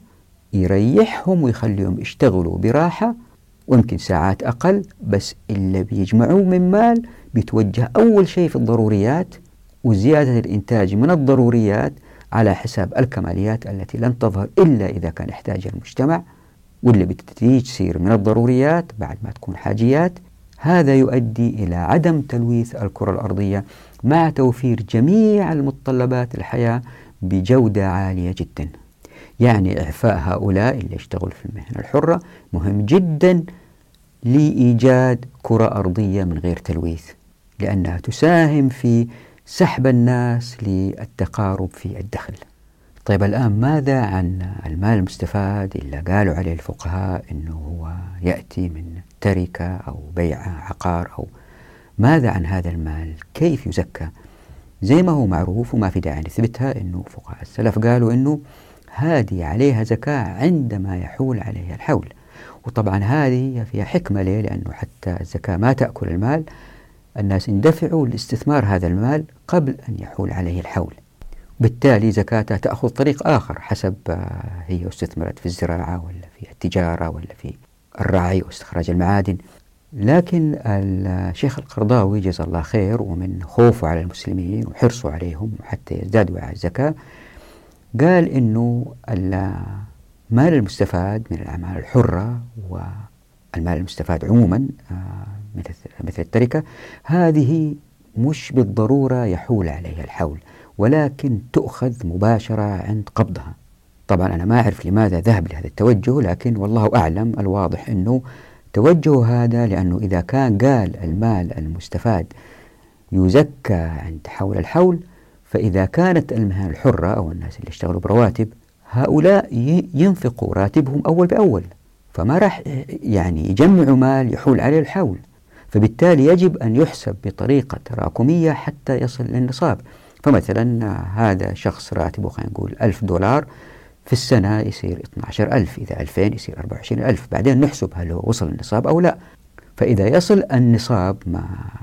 يريحهم ويخليهم يشتغلوا براحة ويمكن ساعات أقل، بس اللي بيجمعوه من مال بيتوجه أول شيء في الضروريات، وزيادة الإنتاج من الضروريات على حساب الكماليات التي لن تظهر إلا إذا كان يحتاجها المجتمع، واللي بالتدريج تصير من الضروريات بعد ما تكون حاجيات. هذا يؤدي إلى عدم تلويث الكرة الأرضية مع توفير جميع المتطلبات الحياة بجودة عالية جدا. يعني إعفاء هؤلاء اللي يشتغلوا في المهنة الحرة مهم جدا لإيجاد كرة أرضية من غير تلويث، لأنها تساهم في سحب الناس للتقارب في الدخل. طيب الآن ماذا عن المال المستفاد اللي قالوا عليه الفقهاء أنه هو يأتي من تركة أو بيع عقار؟ أو ماذا عن هذا المال؟ كيف يزكى؟ زي ما هو معروف وما في داعي نثبتها، أنه فقهاء السلف قالوا أنه هذه عليها زكاة عندما يحول عليها الحول. وطبعا هذه فيها حكمة. ليه؟ لأنه حتى الزكاة ما تأكل المال، الناس اندفعوا لاستثمار هذا المال قبل أن يحول عليه الحول، بالتالي زكاتها تأخذ طريق آخر حسب هي استثمرت في الزراعة ولا في التجارة ولا في الرعي واستخراج المعادن. لكن الشيخ القرضاوي جزا الله خير، ومن خوفه على المسلمين وحرصه عليهم حتى يزدادوا على الزكاة، قال إنه المال المستفاد من الأعمال الحرة والمال المستفاد عموما مثل التركة، هذه مش بالضرورة يحول عليها الحول، ولكن تؤخذ مباشرة عند قبضها. طبعا أنا ما أعرف لماذا ذهب لهذا التوجه، لكن والله أعلم. الواضح أنه توجه هذا لأنه إذا كان قال المال المستفاد يزكى عند حول الحول، فإذا كانت المهن الحرة أو الناس اللي اشتغلوا برواتب، هؤلاء ينفقوا راتبهم أول بأول، فما راح يعني يجمعوا مال يحول عليه الحول. فبالتالي يجب أن يحسب بطريقة تراكمية حتى يصل للنصاب. فمثلا هذا شخص راتبه خلينا نقول $1000 في السنة، يصير 12,000، إذا 2000 يصير 24,000. بعدين نحسب هل هو وصل النصاب أو لا. فإذا يصل النصاب ما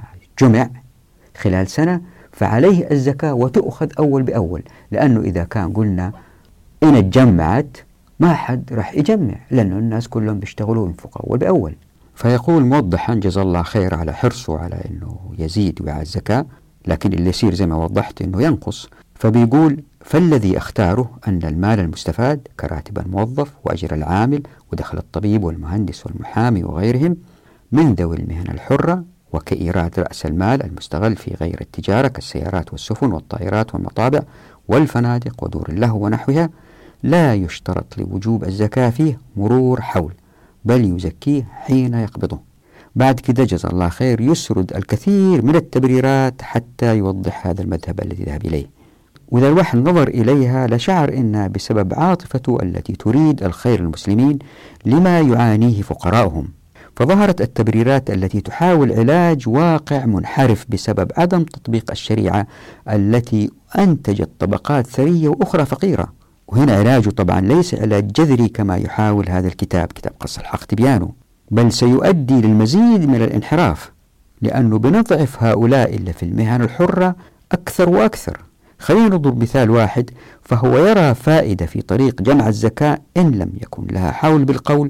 جمع خلال سنة فعليه الزكاة وتؤخذ أول بأول، لأنه إذا كان قلنا إن اتجمعت ما حد راح يجمع، لأنه الناس كلهم بيشتغلوا وينفقوا أول بأول. فيقول موضحا جزا الله خير على حرصه على أنه يزيد وعلى الزكاة، لكن اللي يصير زي ما وضحت أنه ينقص. فبيقول: فالذي أختاره أن المال المستفاد كراتب الموظف وأجر العامل ودخل الطبيب والمهندس والمحامي وغيرهم من ذوي المهن الحرة، وكإيراد رأس المال المستغل في غير التجارة كالسيارات والسفن والطائرات والمطابع والفنادق ودور اللهو ونحوها، لا يشترط لوجوب الزكاة فيه مرور حول، بل يزكيه حين يقبضه. بعد كده جزا الله خير يسرد الكثير من التبريرات حتى يوضح هذا المذهب الذي ذهب إليه. وإذا الواحد نظر إليها لشعر إنها بسبب عاطفته التي تريد الخير للمسلمين لما يعانيه فقراؤهم. فظهرت التبريرات التي تحاول علاج واقع منحرف بسبب عدم تطبيق الشريعة التي أنتجت طبقات ثرية وأخرى فقيرة. وهنا علاجه طبعا ليس علاج جذري كما يحاول هذا الكتاب، كتاب قص الحق تبيانه، بل سيؤدي للمزيد من الانحراف، لأنه بنضعف هؤلاء اللي في المهن الحرة أكثر وأكثر. خلينا نضرب مثال واحد. فهو يرى فائدة في طريق جمع الزكاة إن لم يكن لها حول، بالقول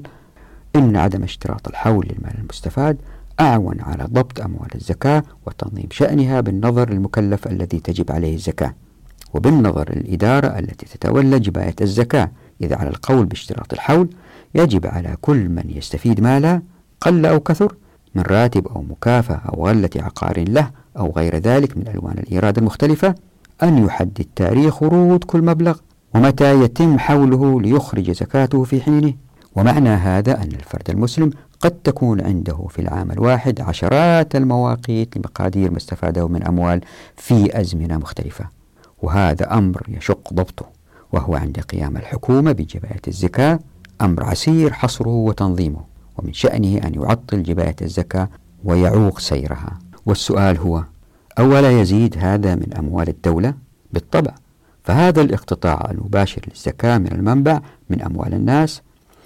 إن عدم اشتراط الحول للمال المستفاد أعون على ضبط أموال الزكاة وتنظيم شأنها بالنظر للمكلف الذي تجب عليه الزكاة، وبالنظر للإدارة التي تتولى جباية الزكاة. إذا على القول باشتراط الحول يجب على كل من يستفيد ماله قل أو كثر من راتب أو مكافأة أو غلة عقار له أو غير ذلك من ألوان الإيراد المختلفة أن يحدد تاريخ ورود كل مبلغ ومتى يتم حوله ليخرج زكاته في حينه. ومعنى هذا أن الفرد المسلم قد تكون عنده في العام الواحد عشرات المواقيت لمقادير ما استفاده من أموال في أزمنة مختلفة، وهذا أمر يشق ضبطه، وهو عند قيام الحكومة بجباية الزكاة أمر عسير حصره وتنظيمه، ومن شأنه أن يعطل جباية الزكاة ويعوق سيرها. والسؤال هو: أولا يزيد هذا من أموال الدولة؟ بالطبع، فهذا الاقتطاع المباشر للزكاة من المنبع من أموال الناس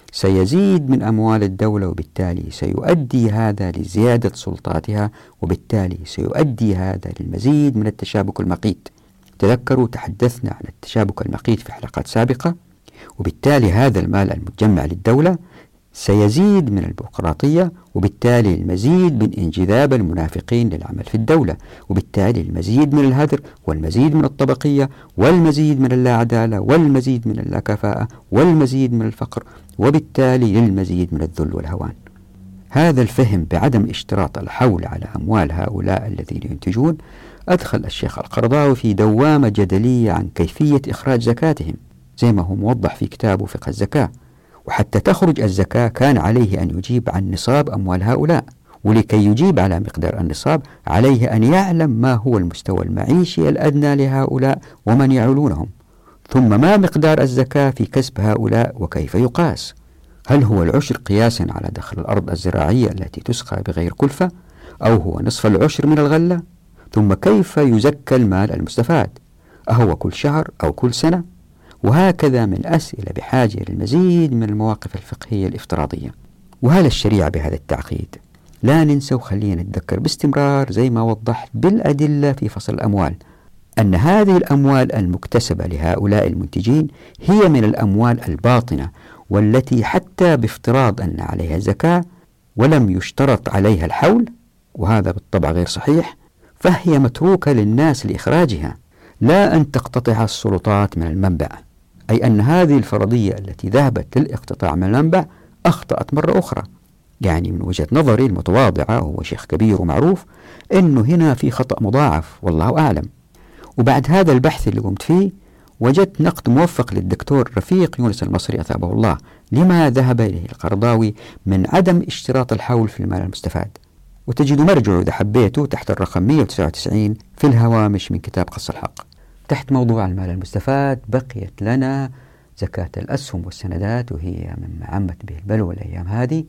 سيزيد من أموال الدولة، وبالتالي سيؤدي هذا لزيادة سلطاتها، وبالتالي سيؤدي هذا للمزيد من التشابك المقيت. تذكروا تحدثنا عن التشابك المقيت في حلقات سابقة. وبالتالي هذا المال المتجمع للدولة سيزيد من البيروقراطية، وبالتالي المزيد من انجذاب المنافقين للعمل في الدولة، وبالتالي المزيد من الهدر والمزيد من الطبقية والمزيد من اللا عدالة والمزيد من اللا كفاءة والمزيد من الفقر، وبالتالي للمزيد من الذل والهوان. هذا الفهم بعدم اشتراط الحول على أموال هؤلاء الذين ينتجون أدخل الشيخ القرضاوي في دوامة جدلية عن كيفية إخراج زكاتهم، زي ما هو موضح في كتابه فقه الزكاة. وحتى تخرج الزكاة كان عليه أن يجيب عن نصاب أموال هؤلاء، ولكي يجيب على مقدار النصاب عليه أن يعلم ما هو المستوى المعيشي الأدنى لهؤلاء ومن يعولونهم، ثم ما مقدار الزكاة في كسب هؤلاء وكيف يقاس. هل هو العشر قياسا على دخل الأرض الزراعية التي تسقى بغير كلفة، أو هو نصف العشر من الغلة؟ ثم كيف يزكى المال المستفاد؟ أهو كل شهر أو كل سنة؟ وهكذا من أسئلة بحاجة للمزيد من المواقف الفقهية الافتراضية. وهل الشريعة بهذا التعقيد؟ لا ننسى وخلينا نتذكر باستمرار زي ما وضحت بالأدلة في فصل الأموال أن هذه الأموال المكتسبة لهؤلاء المنتجين هي من الأموال الباطنة، والتي حتى بافتراض أن عليها زكاة ولم يشترط عليها الحول، وهذا بالطبع غير صحيح، فهي متروكة للناس لإخراجها، لا أن تقتطع السلطات من المنبع. أي أن هذه الفرضية التي ذهبت للاقتطاع من المنبع أخطأت مرة أخرى. يعني من وجهة نظري المتواضعة، وهو شيخ كبير ومعروف، أنه هنا في خطأ مضاعف والله أعلم. وبعد هذا البحث اللي قمت فيه وجدت نقد موفق للدكتور رفيق يونس المصري أثابه الله لما ذهب إليه القرضاوي من عدم اشتراط الحول في المال المستفاد، وتجد مرجعه إذا حبيته تحت الرقم 199 في الهوامش من كتاب قص الحق. تحت موضوع المال المستفاد بقيت لنا زكاة الأسهم والسندات، وهي مما عمت به البلوى الأيام هذه،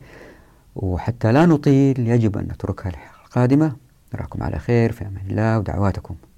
وحتى لا نطيل يجب أن نتركها الحلقة القادمة. نراكم على خير في أمان الله ودعواتكم.